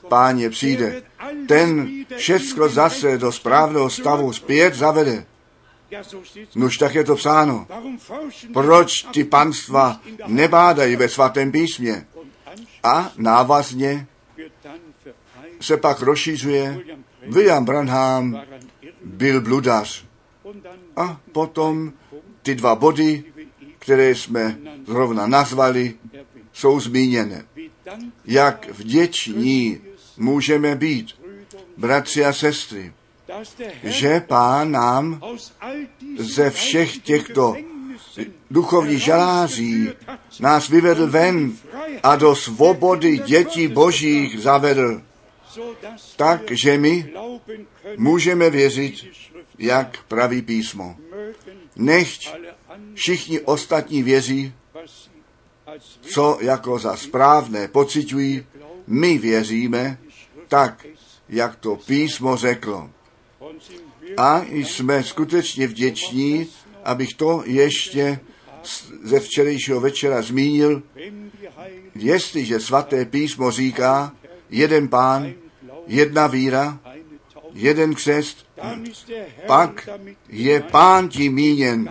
Páně přijde. Ten všecko zase do správného stavu zpět zavede. Nuž tak je to psáno. Proč ty panstva nebádají ve svatém písmě? A návazně se pak rozšířuje. William Branham byl bludař. A potom ty dva body, které jsme zrovna nazvali, jsou zmíněny. Jak vděční můžeme být, bratři a sestry, že Pán nám ze všech těchto duchovních žaláří nás vyvedl ven a do svobody dětí božích zavedl, tak, že my můžeme věřit, jak praví písmo. Nechť všichni ostatní věří, co jako za správné pociťují, my věříme tak, jak to písmo řeklo. A jsme skutečně vděční, abych to ještě ze včerejšího večera zmínil, jestliže svaté písmo říká jeden Pán, jedna víra, jeden křest, pak je Pán tím míněn.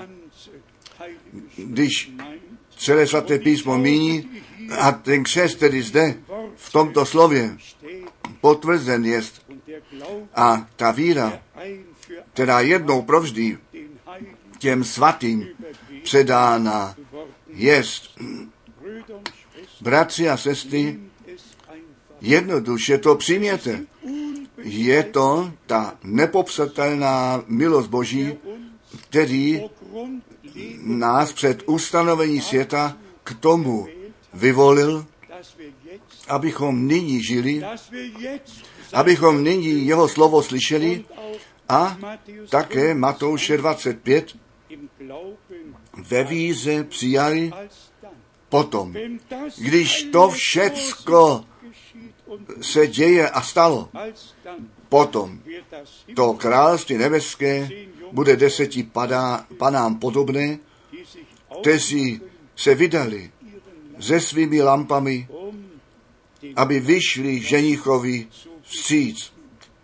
Když celé svaté písmo míní a ten křest tedy zde v tomto slově potvrzen jest a ta víra, která jednou provždy těm svatým předána jest. Bratři a sestry, jednoduše to přijměte. Je to ta nepopsatelná milost Boží, který nás před ustanovení světa k tomu vyvolil, abychom nyní žili, abychom nyní jeho slovo slyšeli a také Matouše 25 ve víře přijali potom. Když to všecko se děje a stalo, potom to království nebeské bude 10 panám podobné, kteří se vydali se svými lampami, aby vyšli ženichovi vstříc.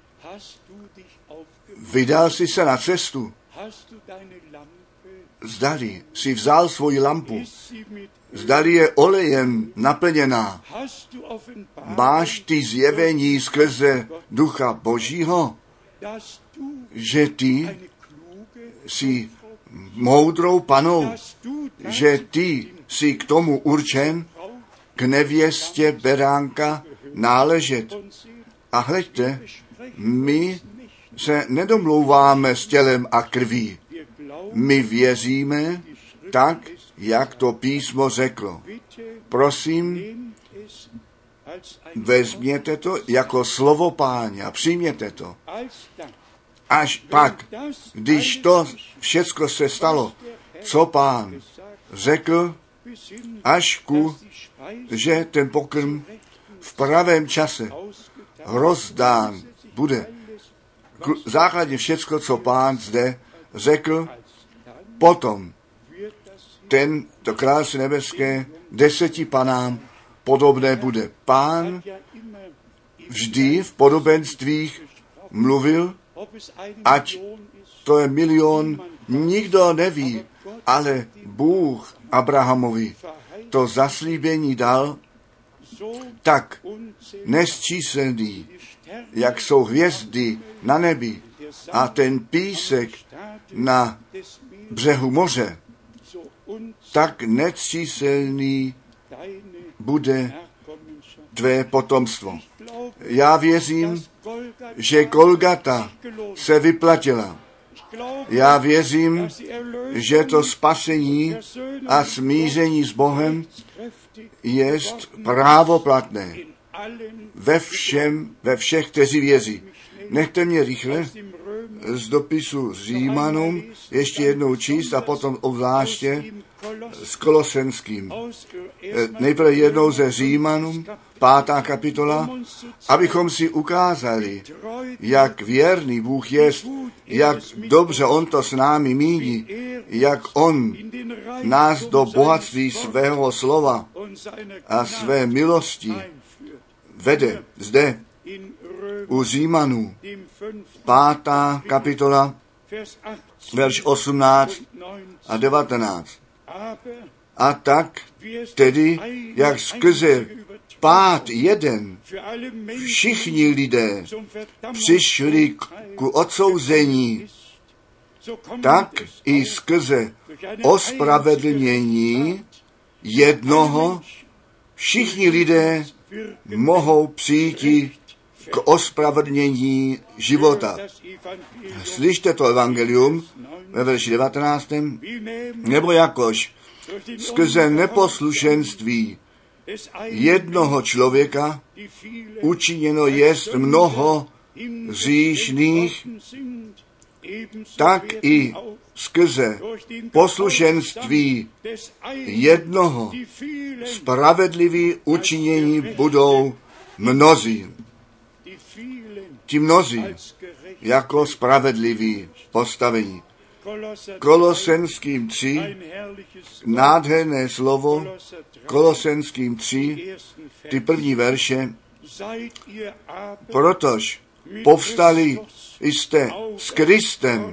Vydal jsi se na cestu, zdali si vzal svoji lampu, zdali je olejem naplněná. Máš ty zjevení skrze Ducha Božího, že ty jsi moudrou panou, že ty jsi k tomu určen, k nevěstě beránka náležet. A hleďte, my se nedomlouváme s tělem a krví. My věříme tak, jak to písmo řeklo. Prosím, vezměte to jako slovo Páně a přijměte to. Až pak, když to všecko se stalo, co Pán řekl, až že ten pokrm v pravém čase rozdán bude. Základně všecko, co Pán zde řekl, potom to království nebeské 10 panám podobné bude. Pán vždy v podobenstvích mluvil, ať to je 1 milion, nikdo neví, ale Bůh Abrahamovi to zaslíbení dal tak nesčíselný, jak jsou hvězdy na nebi a ten písek na břehu moře, tak nesčíselný bude tvé potomstvo. Já věřím, že Golgata se vyplatila. Já věřím, že to spasení a smíření s Bohem jest právoplatné ve všech, kteří věří. Nechte mě rychle z dopisu Římanům ještě jednou číst a potom obzvláště s Kolosenským. Nejprve jednou ze Římanům, 5. kapitola, abychom si ukázali, jak věrný Bůh jest, jak dobře On to s námi míní, jak On nás do bohatství svého slova a své milosti vede. Zde u Římanů, 5. kapitola, verš 18 a 19. A tak tedy, jak skrze pád jeden všichni lidé přišli k odsouzení, tak i skrze ospravedlnění jednoho všichni lidé mohou přijít k ospravedlnění života. Slyšte to evangelium ve verši 19. Nebo jakož skrze neposlušenství jednoho člověka učiněno jest mnoho hříšných, tak i skrze poslušenství jednoho spravedliví učinění budou mnozí. Ti mnozí jako spravedliví postavení. Kolosenským 3, nádherné slovo, Kolosenským 3, ty první verše, protož povstali jste s Kristem,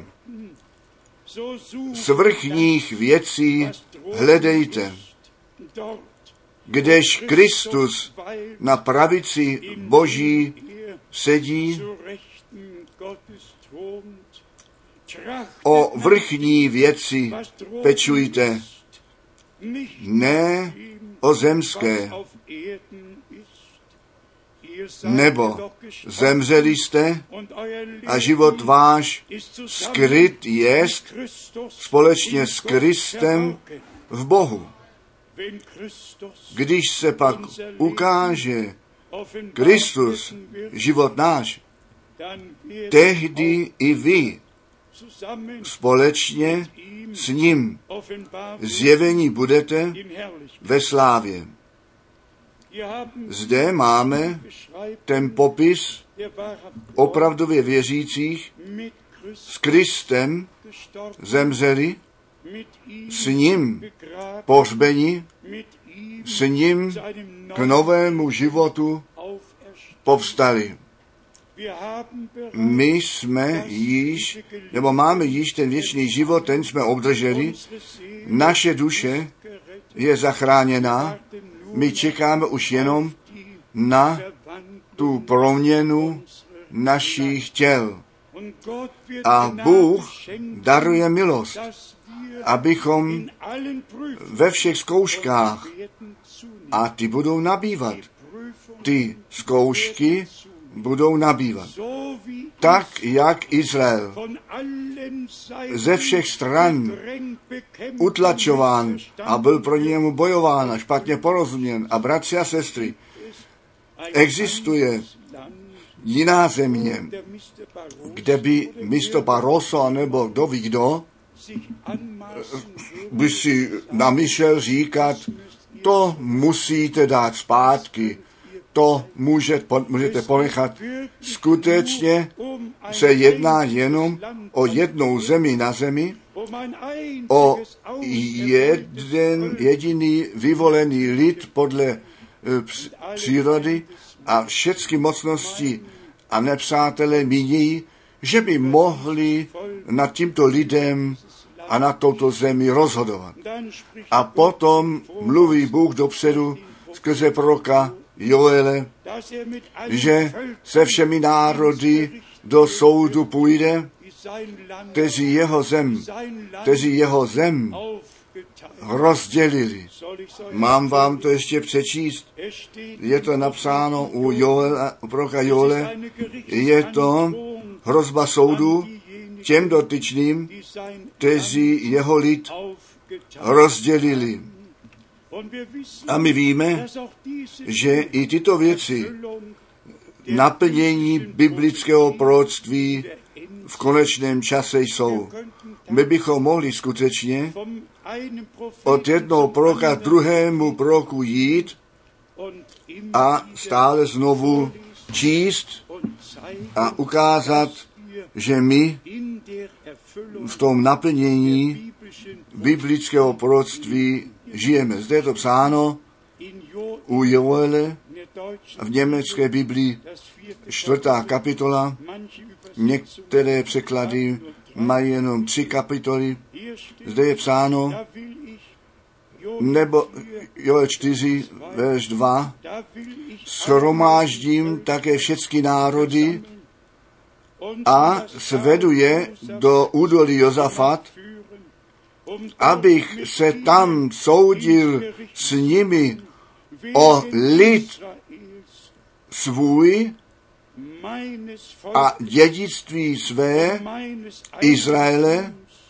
z vrchních věcí hledejte, kdež Kristus na pravici Boží sedí, o vrchní věci pečujte, ne o zemské. Nebo zemřeli jste a život váš skryt jest společně s Kristem v Bohu. Když se pak ukáže Kristus, život náš, tehdy i vy společně s ním zjevení budete ve slávě. Zde máme ten popis opravdově věřících s Kristem zemřeli, s ním pohřbeni, s ním k novému životu povstali. My jsme již, nebo máme již ten věčný život, ten jsme obdrželi, naše duše je zachráněná, my čekáme už jenom na tu proměnu našich těl. A Bůh daruje milost, abychom ve všech zkouškách, a ty budou nabývat, ty zkoušky budou nabývat. Tak, jak Izrael ze všech stran utlačován a byl pro němu bojován a špatně porozuměn. A bratři a sestry, existuje jiná země, kde by místo Barroso nebo kdo ví kdo, by si namyšel říkat, to musíte dát zpátky, to můžete ponechat. Skutečně se jedná jenom o jednou zemi na zemi, o jeden jediný vyvolený lid podle přírody a všechny mocnosti a nepřátelé mínějí, že by mohli nad tímto lidem a nad touto zemi rozhodovat. A potom mluví Bůh dopředu skrze proroka Joele, že se všemi národy do soudu půjde, kteří jeho zem rozdělili. Mám vám to ještě přečíst? Je to napsáno u proroka Joele. Je to hrozba soudu těm dotyčným, kteří jeho lid rozdělili. A my víme, že i tyto věci, naplnění biblického proroctví v konečném čase jsou. My bychom mohli skutečně od jednoho proroka druhému proroku jít a stále znovu číst a ukázat, že my v tom naplnění biblického proroctví žijeme. Zde je to psáno u Joele v německé Biblii 4. kapitola. Některé překlady mají jenom 3 kapitoly. Zde je psáno, nebo Joel 4, verš 2, shromáždím také všechny národy a svedu je do údolí Jozafat, abych se tam soudil s nimi o lid svůj a dědictví své Izraele,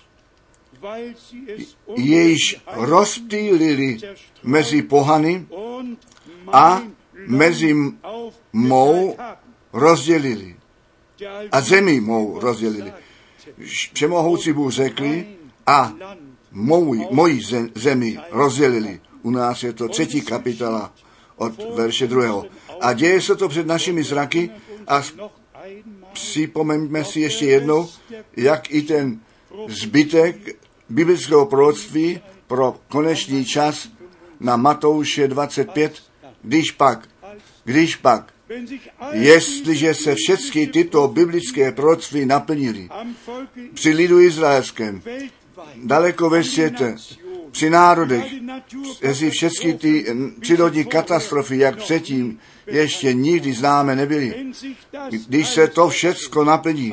jejíž rozptýlili mezi pohany a mezi mou rozdělili. A zemi mou rozdělili. Všemohoucí Bůh řekli a moji zemi rozdělili. U nás je to 3. kapitola od verše 2. A děje se to před našimi zraky a připomeňme si ještě jednou, jak i ten zbytek biblického proroctví pro konečný čas na Matouše 25, když pak, jestliže se všechny tyto biblické proroctví naplnily při lidu izraelském, daleko ve světě, při národech, jestli všechny ty přírodní katastrofy, jak předtím, ještě nikdy známe nebyly. Když se to všecko naplní,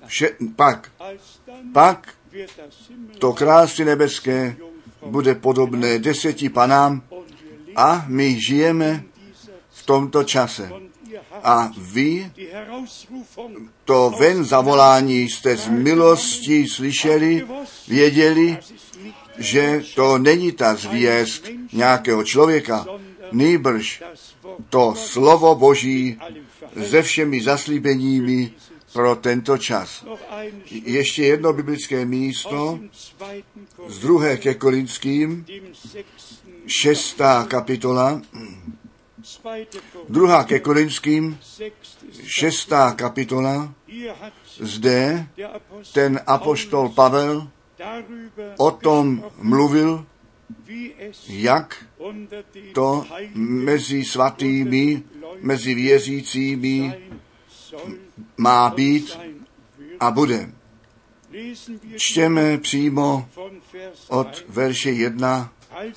pak to království nebeské bude podobné 10 panám a my žijeme v tomto čase. A vy to ven zavolání jste z milosti slyšeli, věděli, že to není ta zvěst nějakého člověka, nýbrž to slovo Boží se všemi zaslíbeními pro tento čas. Ještě jedno biblické místo z 2. ke Korinským, 6. kapitola, 2. ke Korinským, 6. kapitola, zde ten apoštol Pavel o tom mluvil, jak to mezi svatými, mezi věřícími má být a bude. Čtěme přímo od verše 1.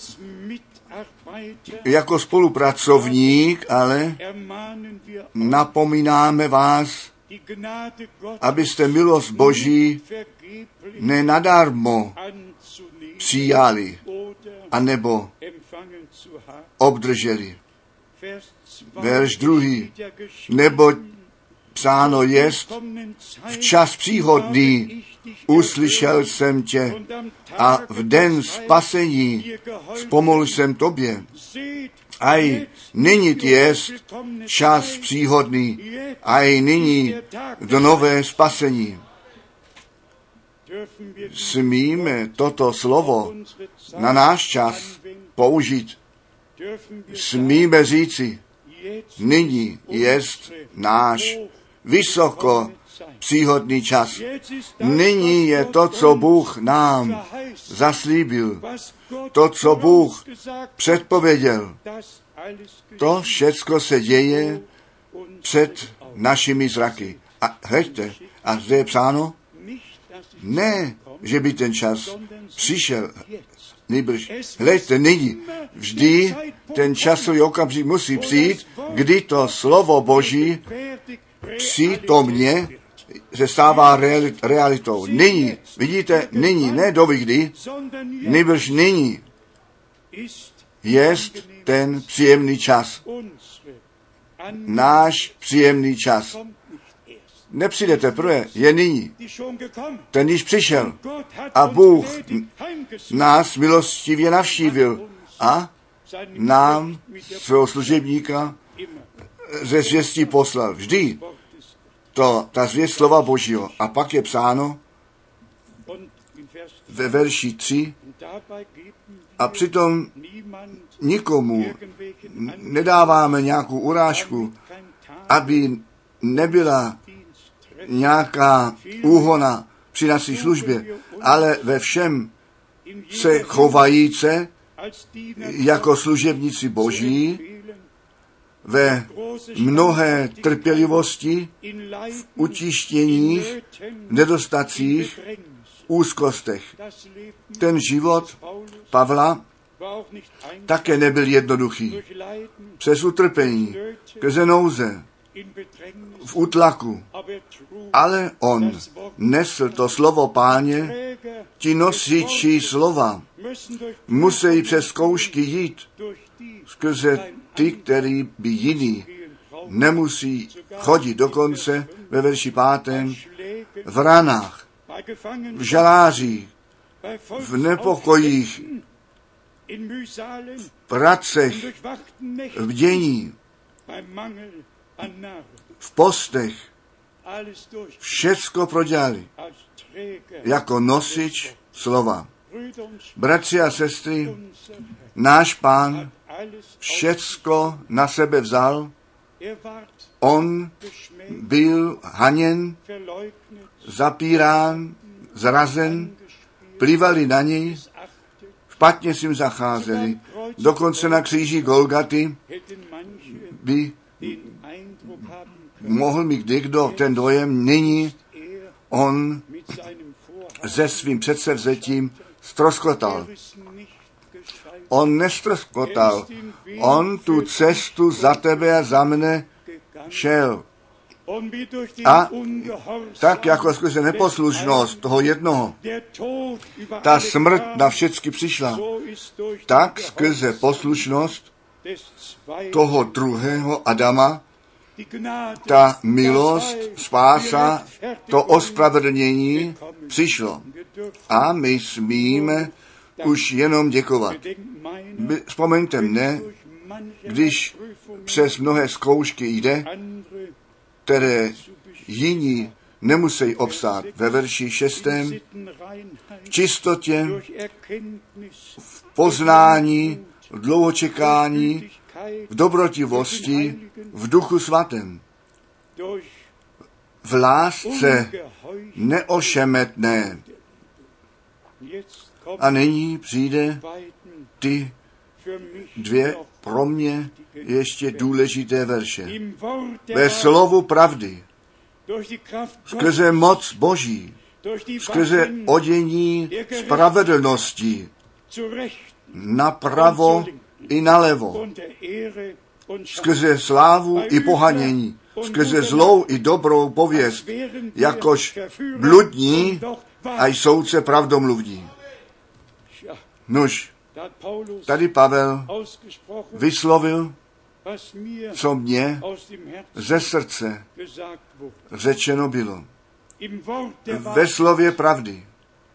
Jako spolupracovník, ale napomínáme vás, abyste milost Boží nenadarmo přijali, anebo obdrželi. Verš 2. Neboť psáno jest, včas příhodný uslyšel jsem tě a v den spasení vzpomohl jsem tobě. Aj nyní jest čas příhodný, aj nyní do nové spasení. Smíme toto slovo na náš čas použít. Smíme říci, nyní jest náš vysoko příhodný čas. Nyní je to, co Bůh nám zaslíbil, to, co Bůh předpověděl. To všecko se děje před našimi zraky. A hleďte, a zde je psáno, ne, že by ten čas přišel, nýbrž, hleďte, nyní, vždy ten časový okamžik musí přijít, kdy to slovo Boží přítomně se stává realitou. Nyní, vidíte, nyní, ne doby kdy, nýbrž nyní jest ten příjemný čas. Náš příjemný čas. Nepřijde teprve, je nyní. Ten již přišel. A Bůh nás milostivě navštívil a nám svého služebníka ze zvěstí poslal. Vždy ta zvěst slova Božího. A pak je psáno ve verši 3, a přitom nikomu nedáváme nějakou urážku, aby nebyla nějaká úhona při naší službě, ale ve všem se chovajíce jako služebníci Boží ve mnohé trpělivosti, v utištěních, nedostacích, úzkostech. Ten život Pavla také nebyl jednoduchý. Přes utrpení, skrze nouze, v útlaku. Ale on nesl to slovo Páně, ti nosiči slova musí přes zkoušky jít skrze ty, který by jiný nemusí chodit. Dokonce ve verši 5. v ranách, v žalářích, v nepokojích, v pracech, v bdění, v postech, všecko prodělali jako nosič slova. Bratři a sestry, náš Pán všecko na sebe vzal. On byl haněn, zapírán, zrazen, plivali na něj, špatně s ním zacházeli. Dokonce na kříži Golgaty by mohl mít někdo ten dojem, nyní on se svým předsevzetím ztroskotal. On nestroskotal. On tu cestu za tebe a za mne šel. A tak jako skrze neposlušnost toho jednoho, ta smrt na všecky přišla, tak skrze poslušnost toho druhého Adama, ta milost, spása, to ospravedlnění přišlo. A my smíme už jenom děkovat. Vzpomeňte mne, když přes mnohé zkoušky jde, které jiní nemusí obstát. Ve verši 6. v čistotě, v poznání, v dlouhočekání, v dobrotivosti, v duchu svatém, v lásce neošemetné. A nyní přijde ty dvě pro mě ještě důležité verše. Ve slovu pravdy, skrze moc Boží, skrze odění spravedlnosti, napravo i nalevo, skrze slávu i pohanění, skrze zlou i dobrou pověst, jakož bludní a soudce pravdomluvní. Nuž, tady Pavel vyslovil, co mně ze srdce řečeno bylo. Ve slově pravdy.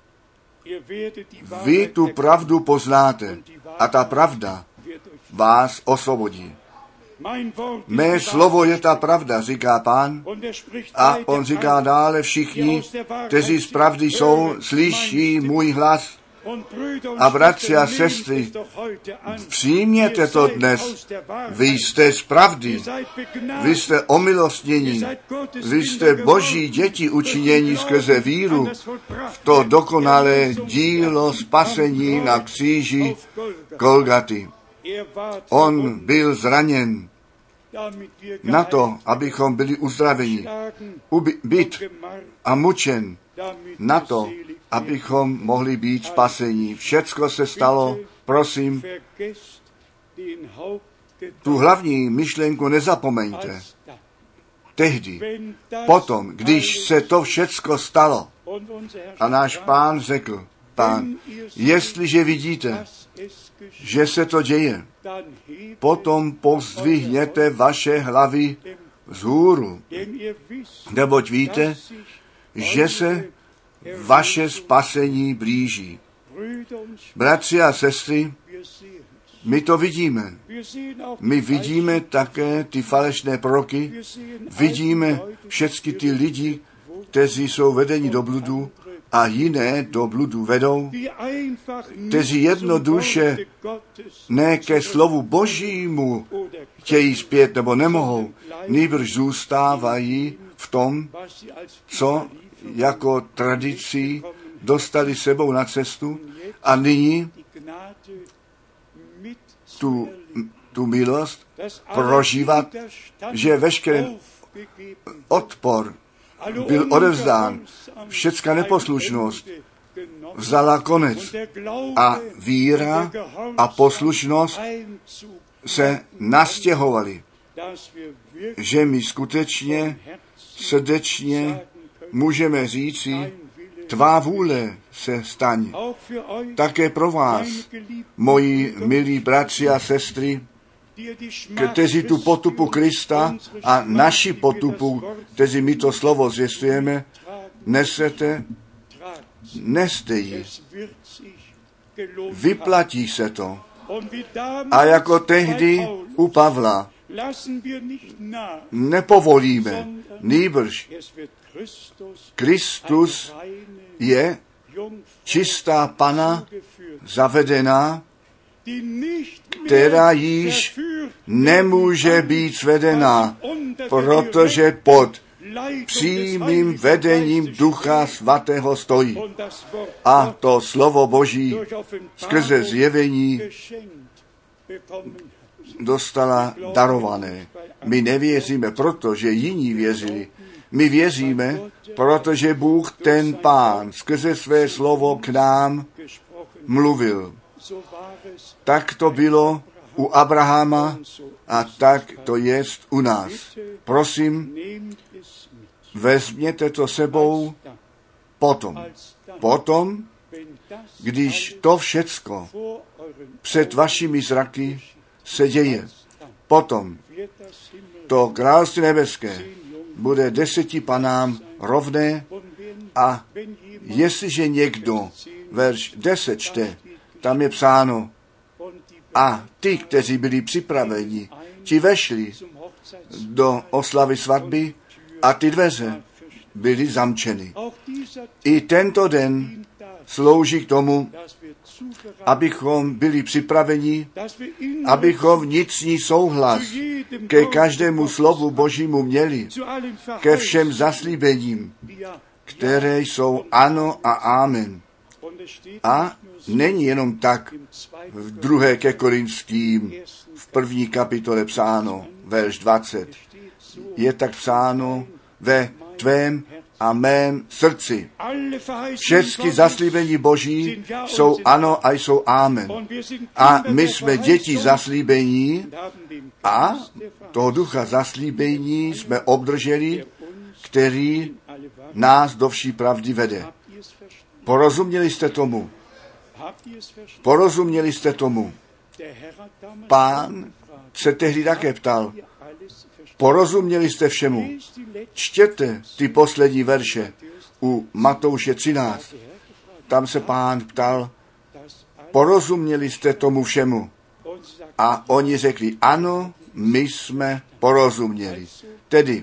Vy tu pravdu poznáte a ta pravda vás osvobodí. Mé slovo je ta pravda, říká Pán, a on říká dále, všichni, kteří z pravdy jsou, slyší můj hlas. A bratři a sestry, přijměte to dnes. Vy jste z pravdy, vy jste omilostnění, vy jste Boží děti učinění skrze víru v to dokonalé dílo spasení na kříži Golgaty. On byl zraněn na to, abychom byli uzdraveni, byt a mučen na to, abychom mohli být spasení. Všecko se stalo, prosím, tu hlavní myšlenku nezapomeňte. Tehdy, potom, když se to všecko stalo a náš Pán řekl, Pán, jestliže vidíte, že se to děje, potom pozdvihněte vaše hlavy vzhůru, neboť víte, že se vaše spasení blíží. Bratři a sestry, my to vidíme. My vidíme také ty falešné proroky, vidíme všechny ty lidi, kteří jsou vedeni do bludu a jiné do bludu vedou, kteří jednoduše ne ke slovu Božímu chtějí zpět nebo nemohou, nýbrž zůstávají v tom, co jako tradici dostali sebou na cestu a nyní tu tu milost prožívat, že veškerý odpor byl odevzdán, všecká neposlušnost vzala konec a víra a poslušnost se nastěhovaly, že my skutečně srdečně můžeme říci, tvá vůle se staň. Také pro vás, moji milí bratři a sestry, kteří tu potupu Krista a naši potupu, kteří my to slovo zvěstujeme, nesete, neste ji. Vyplatí se to. A jako tehdy u Pavla nepovolíme, nýbrž Kristus je čistá Panna zavedená, která již nemůže být svedená, protože pod přímým vedením Ducha Svatého stojí. A to slovo Boží skrze zjevení dostala darované. My nevěříme, protože jiní věřili. My věříme, protože Bůh, ten Pán, skrze své slovo k nám mluvil. Tak to bylo u Abrahama a tak to jest u nás. Prosím, vezměte to sebou potom, když to všecko před vašimi zraky se děje. Potom to království nebeské bude 10 panám rovné a jestliže někdo verš 10 čte, tam je psáno, a ty, kteří byli připraveni, ti vešli do oslavy svatby a ty dveře byly zamčeny. I tento den slouží k tomu, abychom byli připraveni, abychom vnitřní souhlas ke každému slovu Božímu měli, ke všem zaslíbením, které jsou ano a amen. A není jenom tak v 2. ke Korinským v 1. kapitole psáno, verš 20. Je tak psáno ve tvém a mém srdci. Všechny zaslíbení Boží jsou ano a jsou amen. A my jsme děti zaslíbení a toho ducha zaslíbení jsme obdrželi, který nás do vší pravdy vede. Porozuměli jste tomu? Porozuměli jste tomu? Pán se tehdy také ptal. Porozuměli jste všemu? Čtěte ty poslední verše u Matouše 13. Tam se Pán ptal, porozuměli jste tomu všemu? A oni řekli, ano, my jsme porozuměli. Tedy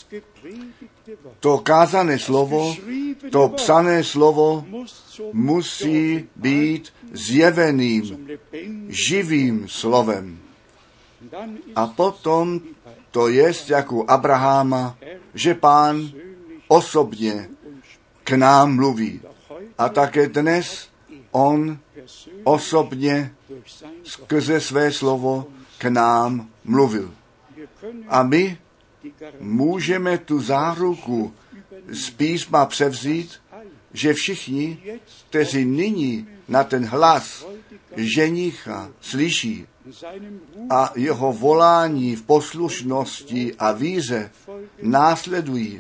to kázané slovo, to psané slovo musí být zjeveným, živým slovem. A potom to jest jako u Abraháma, že Pán osobně k nám mluví. A také dnes on osobně skrze své slovo k nám mluvil. A my můžeme tu záruku z písma převzít, že všichni, kteří nyní na ten hlas ženicha slyší a jeho volání v poslušnosti a víře následují,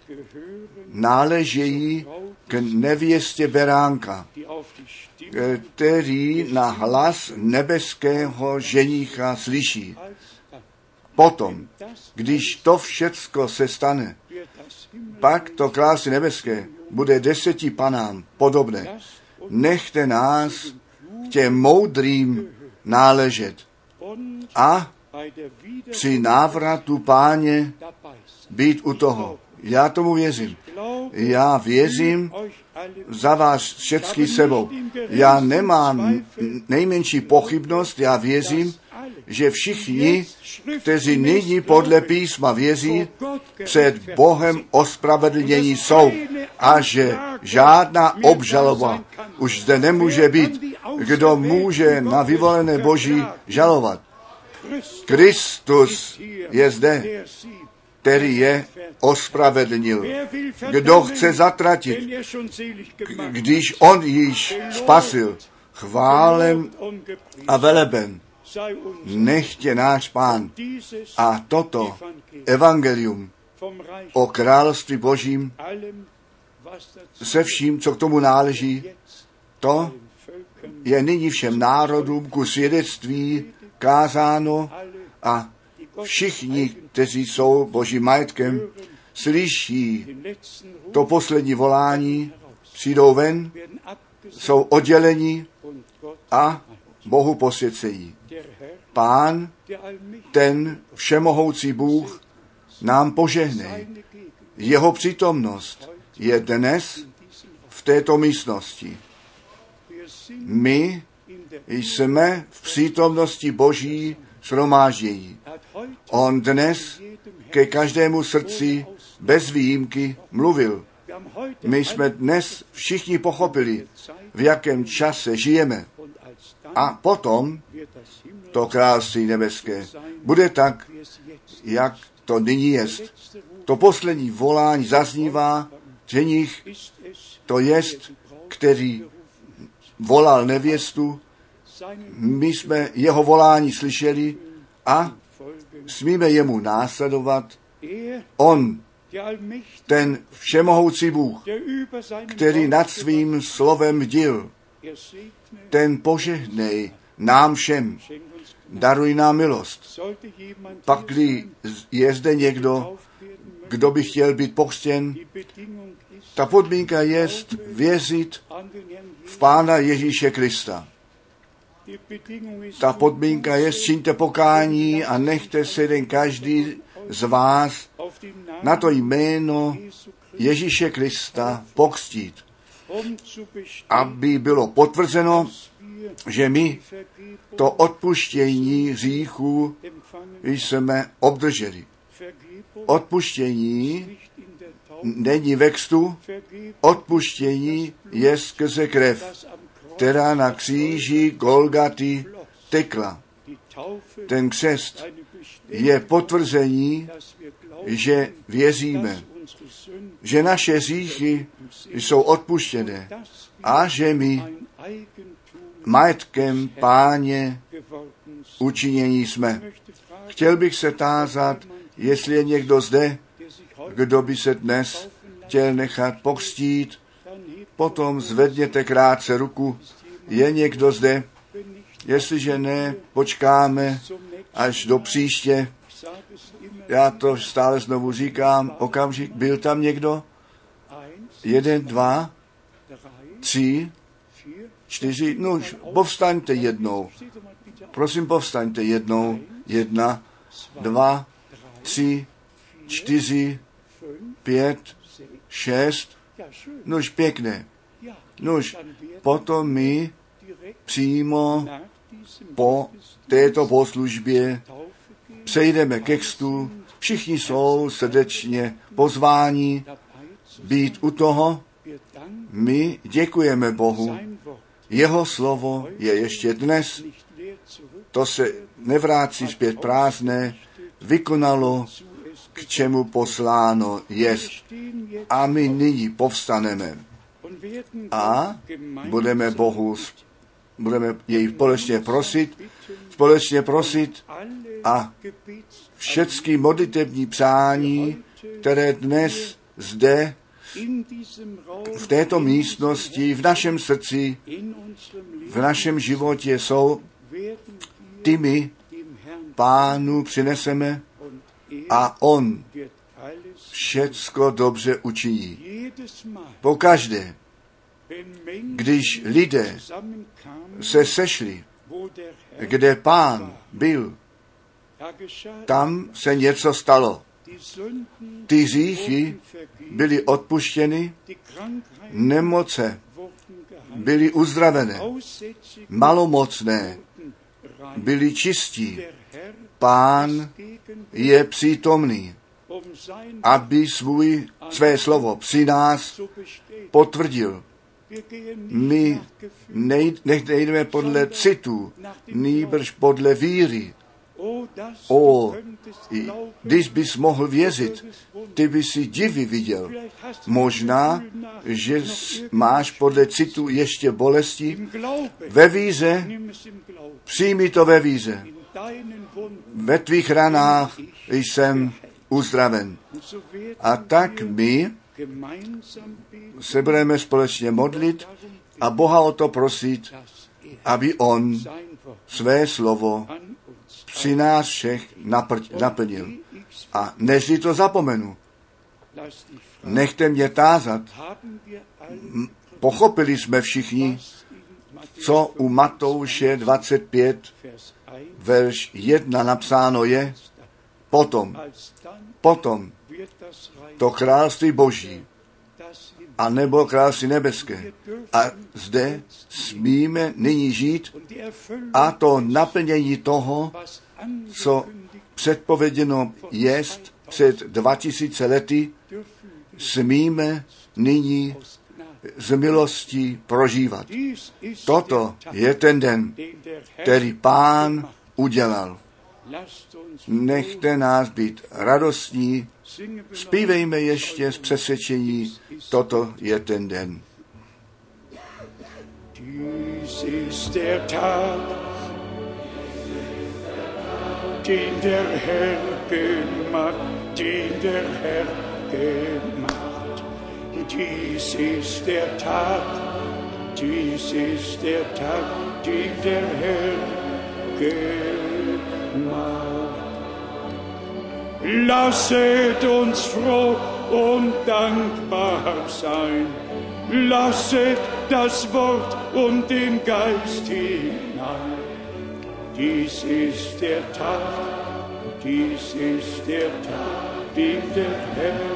náležejí k nevěstě beránka, který na hlas nebeského ženicha slyší. Potom, když to všecko se stane, pak to království nebeské bude 10 panám podobné. Nechte nás k těm moudrým náležet a při návratu Páně být u toho. Já tomu věřím. Já věřím za vás všechny sebou. Já nemám nejmenší pochybnost, já věřím, že všichni, kteří nyní podle písma věří, před Bohem ospravedlnění jsou a že žádná obžaloba už zde nemůže být. Kdo může na vyvolené Boží žalovat? Kristus je zde, který je ospravedlnil. Kdo chce zatratit, když on již spasil, chválen a veleben, nechtě náš Pán. A toto evangelium o království Božím se vším, co k tomu náleží, to je nyní všem národům ku svědectví kázáno a všichni, kteří jsou Božím majetkem, slyší to poslední volání, přijdou ven, jsou odděleni a Bohu posvěcejí. Pán, ten všemohoucí Bůh, nám požehnej. Jeho přítomnost je dnes v této místnosti. My jsme v přítomnosti Boží shromáždění. On dnes ke každému srdci bez výjimky mluvil. My jsme dnes všichni pochopili, v jakém čase žijeme. A potom to království nebeské bude tak, jak to nyní jest. To poslední volání zaznívá, ženich, to jest, který volal nevěstu. My jsme jeho volání slyšeli a smíme jemu následovat. On, ten všemohoucí Bůh, který nad svým slovem bdil, ten požehnej nám všem, daruj nám milost. Pakli je zde někdo, kdo by chtěl být pokřtěn, ta podmínka je věřit v Pána Ježíše Krista. Ta podmínka je, čiňte pokání a nechte se jeden každý z vás na to jméno Ježíše Krista pokřtít, aby bylo potvrzeno, že my to odpuštění hříchů jsme obdrželi. Odpuštění není ve křtu, odpuštění je skrze krev, která na kříži Golgaty tekla. Ten křest je potvrzení, že věříme, že naše hříchy jsou odpuštěné a že my majetkem Páně učinění jsme. Chtěl bych se tázat, jestli je někdo zde, kdo by se dnes chtěl nechat pokřtít, potom zvedněte krátce ruku. Je někdo zde? Jestliže ne, počkáme až do příště. Já to stále znovu říkám, okamžik, byl tam někdo? 1, 2, 3, 4, no už povstaňte jednou. Prosím, povstaňte jednou. 1, 2, 3, 4, 5, 6, nož pěkné. Nož potom my přímo po této bohoslužbě přejdeme ke křtu. Všichni jsou srdečně pozváni být u toho. My děkujeme Bohu. Jeho slovo je ještě dnes. To se nevrácí zpět prázdné. Vykonalo, k čemu posláno jest. A my nyní povstaneme a budeme jej společně prosit a všechny modlitební přání, které dnes zde v této místnosti, v našem srdci, v našem životě jsou, ty my Pánu přineseme a on všecko dobře učiní. Pokaždé, když lidé se sešli, kde Pán byl, tam se něco stalo. Ty hříchy byly odpuštěny, nemoce byly uzdravené, malomocné byli čistí. Pán je přítomný, aby své slovo při nás potvrdil. My nejdeme podle citu, nýbrž podle víry když bys mohl věřit, ty bys si divy viděl. Možná, že máš podle citu ještě bolesti. Ve víře, přijmi to ve víře. Ve tvých ranách jsem uzdraven. A tak my se budeme společně modlit a Boha o to prosit, aby on své slovo při nás všech naplnil. A nežli to zapomenu. Nechte mě tázat. Pochopili jsme všichni, co u Matouše 25, verš 1 napsáno je, potom to království boží a nebo království nebeské. A zde smíme nyní žít a to naplnění toho, co předpověděno jest před 2000 lety, smíme nyní z milostí prožívat. Toto je ten den, který Pán udělal. Nechte nás být radostní, zpívejme ještě z přesvědčení, toto je ten den. Dies ist der Tag, den der Herr gemacht, den der Herr gemacht. Dies ist der Tag, dies ist der Tag, den der Herr gemacht. Lasset uns froh und dankbar sein. Lasset das Wort und den Geist hinein. Dies ist der Tag, dies ist der Tag, den der Herr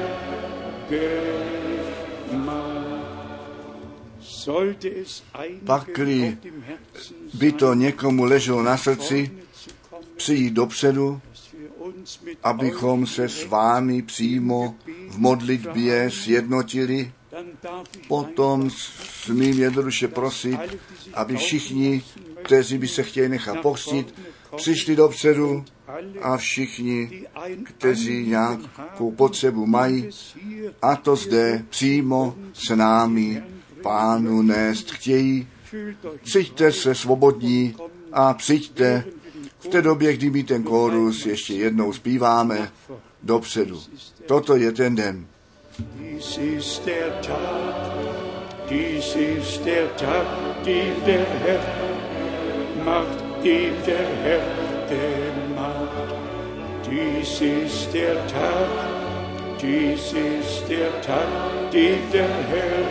gemacht. Sollte es Pakli by to někomu leželo na srdci, přijít dopředu, abychom se s vámi přímo v modlitbě sjednotili. Potom smím jednoduše prosit, aby všichni, kteří by se chtěli nechat pokřtít, přišli dopředu a všichni, kteří nějakou potřebu mají, a to zde přímo s námi Pánu nést chtějí. Přijďte se svobodní a přijďte v té době, kdy my ten kórus ještě jednou zpíváme dopředu. Toto je ten den. Dies ist der Tag, dies ist der Tag, den der Herr macht, den der Herr gemacht. Dies ist der Tag, dies ist der Tag, den der Herr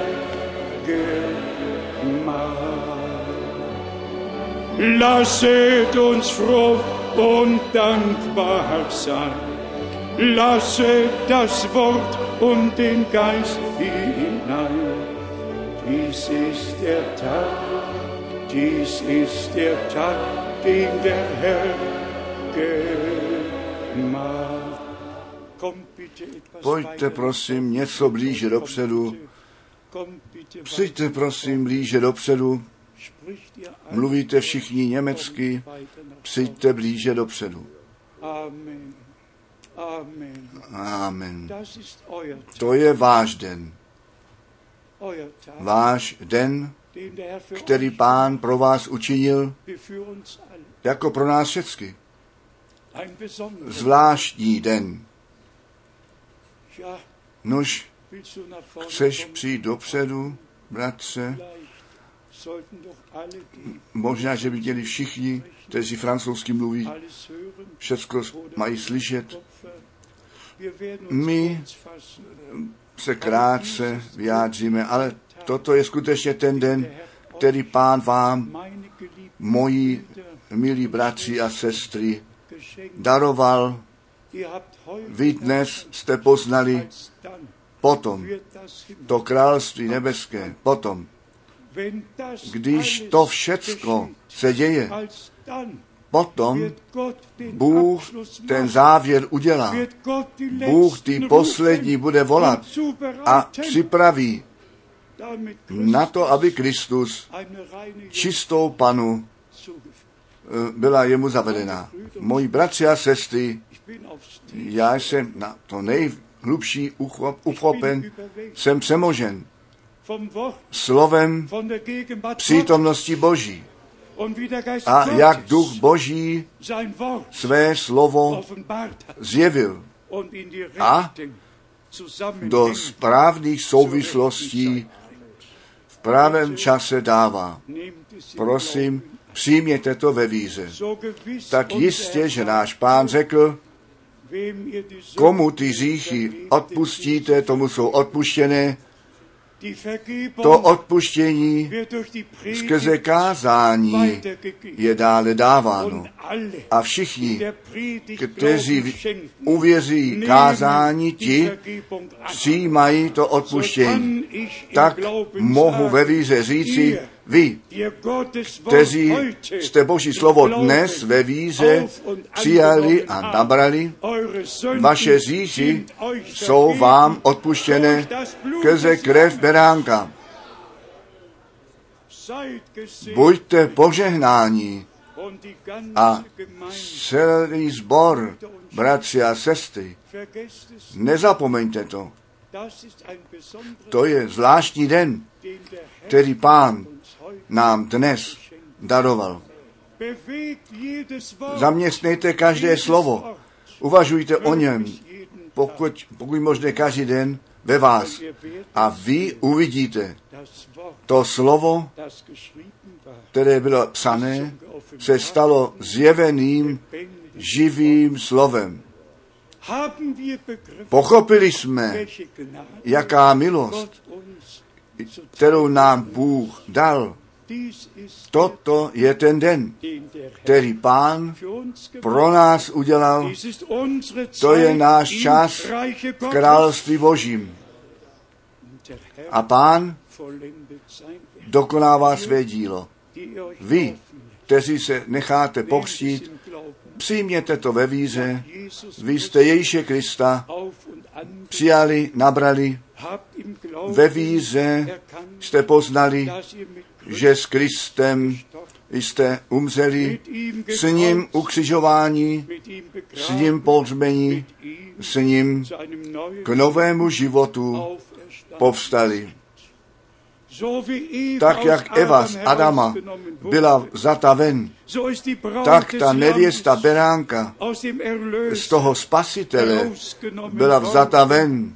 gemacht. Lasset uns froh und dankbar sein. Lasset das Wort und den Geist hinein. Dies ist der Tag, dies ist der Tag, den der Herr gemacht. Pojďte prosím něco blíže dopředu. Přijďte prosím blíže dopředu. Mluvíte všichni německy. Přijďte blíže dopředu. Amen. To je váš den. Váš den, který Pán pro vás učinil, jako pro nás všechny. Zvláštní den. Nož, chceš přijít dopředu, bratře? Možná, že by chtěli všichni, kteří francouzsky mluví, všecko mají slyšet. My se krátce vyjádříme, ale toto je skutečně ten den, který Pán vám, moji milí bratři a sestry, daroval. Vy dnes jste poznali potom to království nebeské, potom, když to všecko se děje, potom Bůh ten závěr udělá. Bůh ty poslední bude volat a připraví na to, aby Kristus čistou panu byla jemu zavedena. Moji bratři a sestry, já jsem na to nejhlubší uchopen, jsem přemožen slovem přítomnosti Boží. A jak Duch Boží své slovo zjevil a do správných souvislostí v právém čase dává. Prosím, přijměte to ve víře. Tak jistě, že náš Pán řekl, komu ty hříchy odpustíte, tomu jsou odpuštěné. To odpuštění skrze kázání je dále dáváno. A všichni, kteří uvěří kázání, ti přijímají to odpuštění. Tak mohu ve víře říci, vy, kteří jste Boží slovo dnes ve víře přijali a nabrali, vaše hříchy jsou vám odpuštěné skrze krev beránka. Buďte požehnáni a celý sbor, bratři a sestry, nezapomeňte to. To je zvláštní den, který Pán nám dnes daroval. Zaměstnejte každé slovo, uvažujte o něm, pokud možné každý den ve vás. A vy uvidíte, to slovo, které bylo psané, se stalo zjeveným živým slovem. Pochopili jsme, jaká milost, kterou nám Bůh dal. Toto je ten den, který Pán pro nás udělal. To je náš čas v království Božím. A Pán dokonává své dílo. Vy, kteří se necháte pokřtít, přijměte to ve víře. Vy jste Ježíše Krista přijali, nabrali. Ve víře jste poznali, že s Kristem jste umřeli, s ním ukřižování, s ním pohřbení, s ním k novému životu povstali. Tak, jak Eva z Adama byla vzata ven, tak ta nevěsta beránka z toho spasitele byla vzata ven,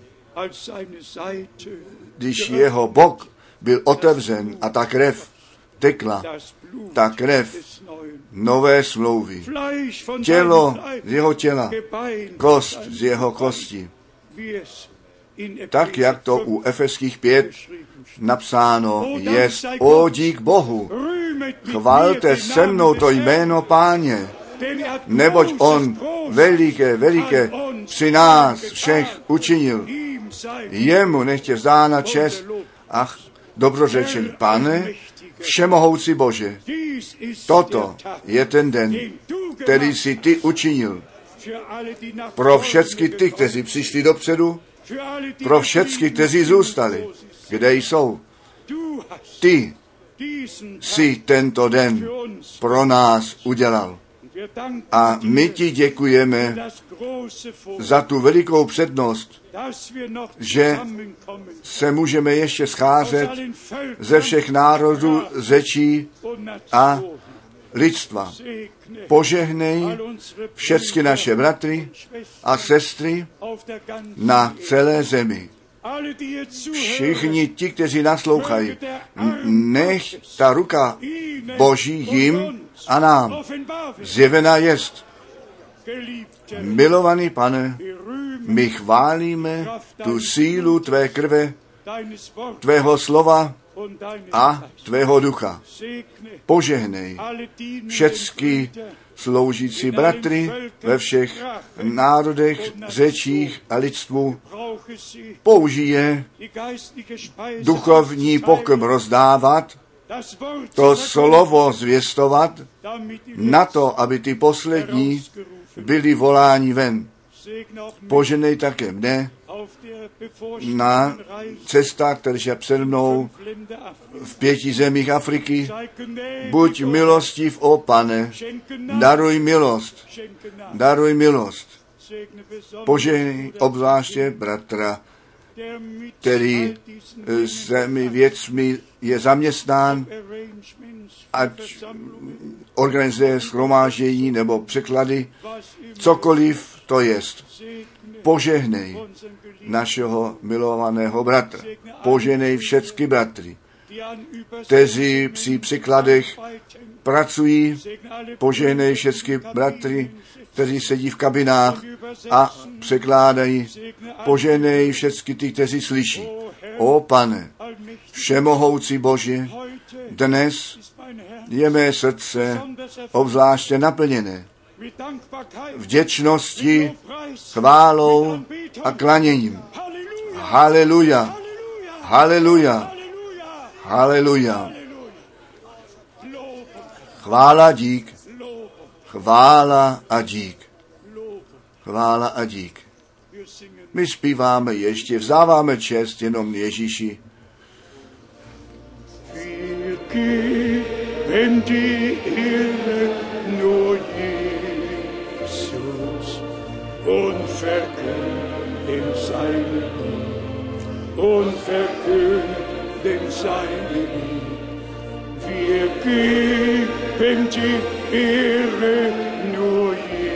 když jeho bok byl otevřen a ta krev tekla, ta krev nové smlouvy. Tělo z jeho těla, kost z jeho kosti. Tak, jak to u Efeských 5 napsáno je, o dík Bohu, chvalte se mnou to jméno Páně, neboť on veliké při nás všech učinil. Jemu nechtě vzána čest, ach, dobrořečení. Pane, všemohoucí Bože, toto je ten den, který si ty učinil. Pro všechny ty, kteří přišli dopředu, pro všechny, kteří zůstali, kde jsou. Ty si tento den pro nás udělal. A my ti děkujeme za tu velikou přednost, že se můžeme ještě scházet ze všech národů, řečí a lidstva. Požehnej všechny naše bratry a sestry na celé zemi. Všichni ti, kteří naslouchají, nech ta ruka Boží jim a nám zjevená jest. Milovaný Pane, my chválíme tu sílu tvé krve, tvého slova a tvého ducha. Požehnej všecky sloužící bratry ve všech národech, řečích a lidstvu. Použije duchovní pokrm rozdávat, to slovo zvěstovat, na to, aby ty poslední byli voláni ven. Poženej také mne na cestách, které je před mnou v 5 zemích Afriky. Buď milostiv, o Pane, daruj milost. Požehnej obzvláště bratra, který s těmi věcmi je zaměstnán, ať organizuje shromáždění nebo překlady, cokoliv to jest. Požehnej našeho milovaného bratra. Požehnej všechny bratry, kteří při překladech pracují. Požehnej všechny bratry, kteří sedí v kabinách a překládají. Požehnej všechny ty, kteří slyší. O Pane, všemohoucí Bože, dnes je mé srdce obzvláště naplněné vděčnosti, chválou a klaněním. Haleluja, haleluja, haleluja. Chvála, dík, chvála a dík, chvála a dík. My zpíváme ještě, vzáváme čest jenom Ježíši. Wenn die Ehre nur Jesus und verkünden seine Liebe. Wir geben die Ehre nur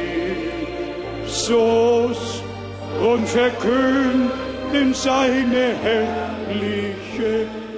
Jesus und verkünden seine herrliche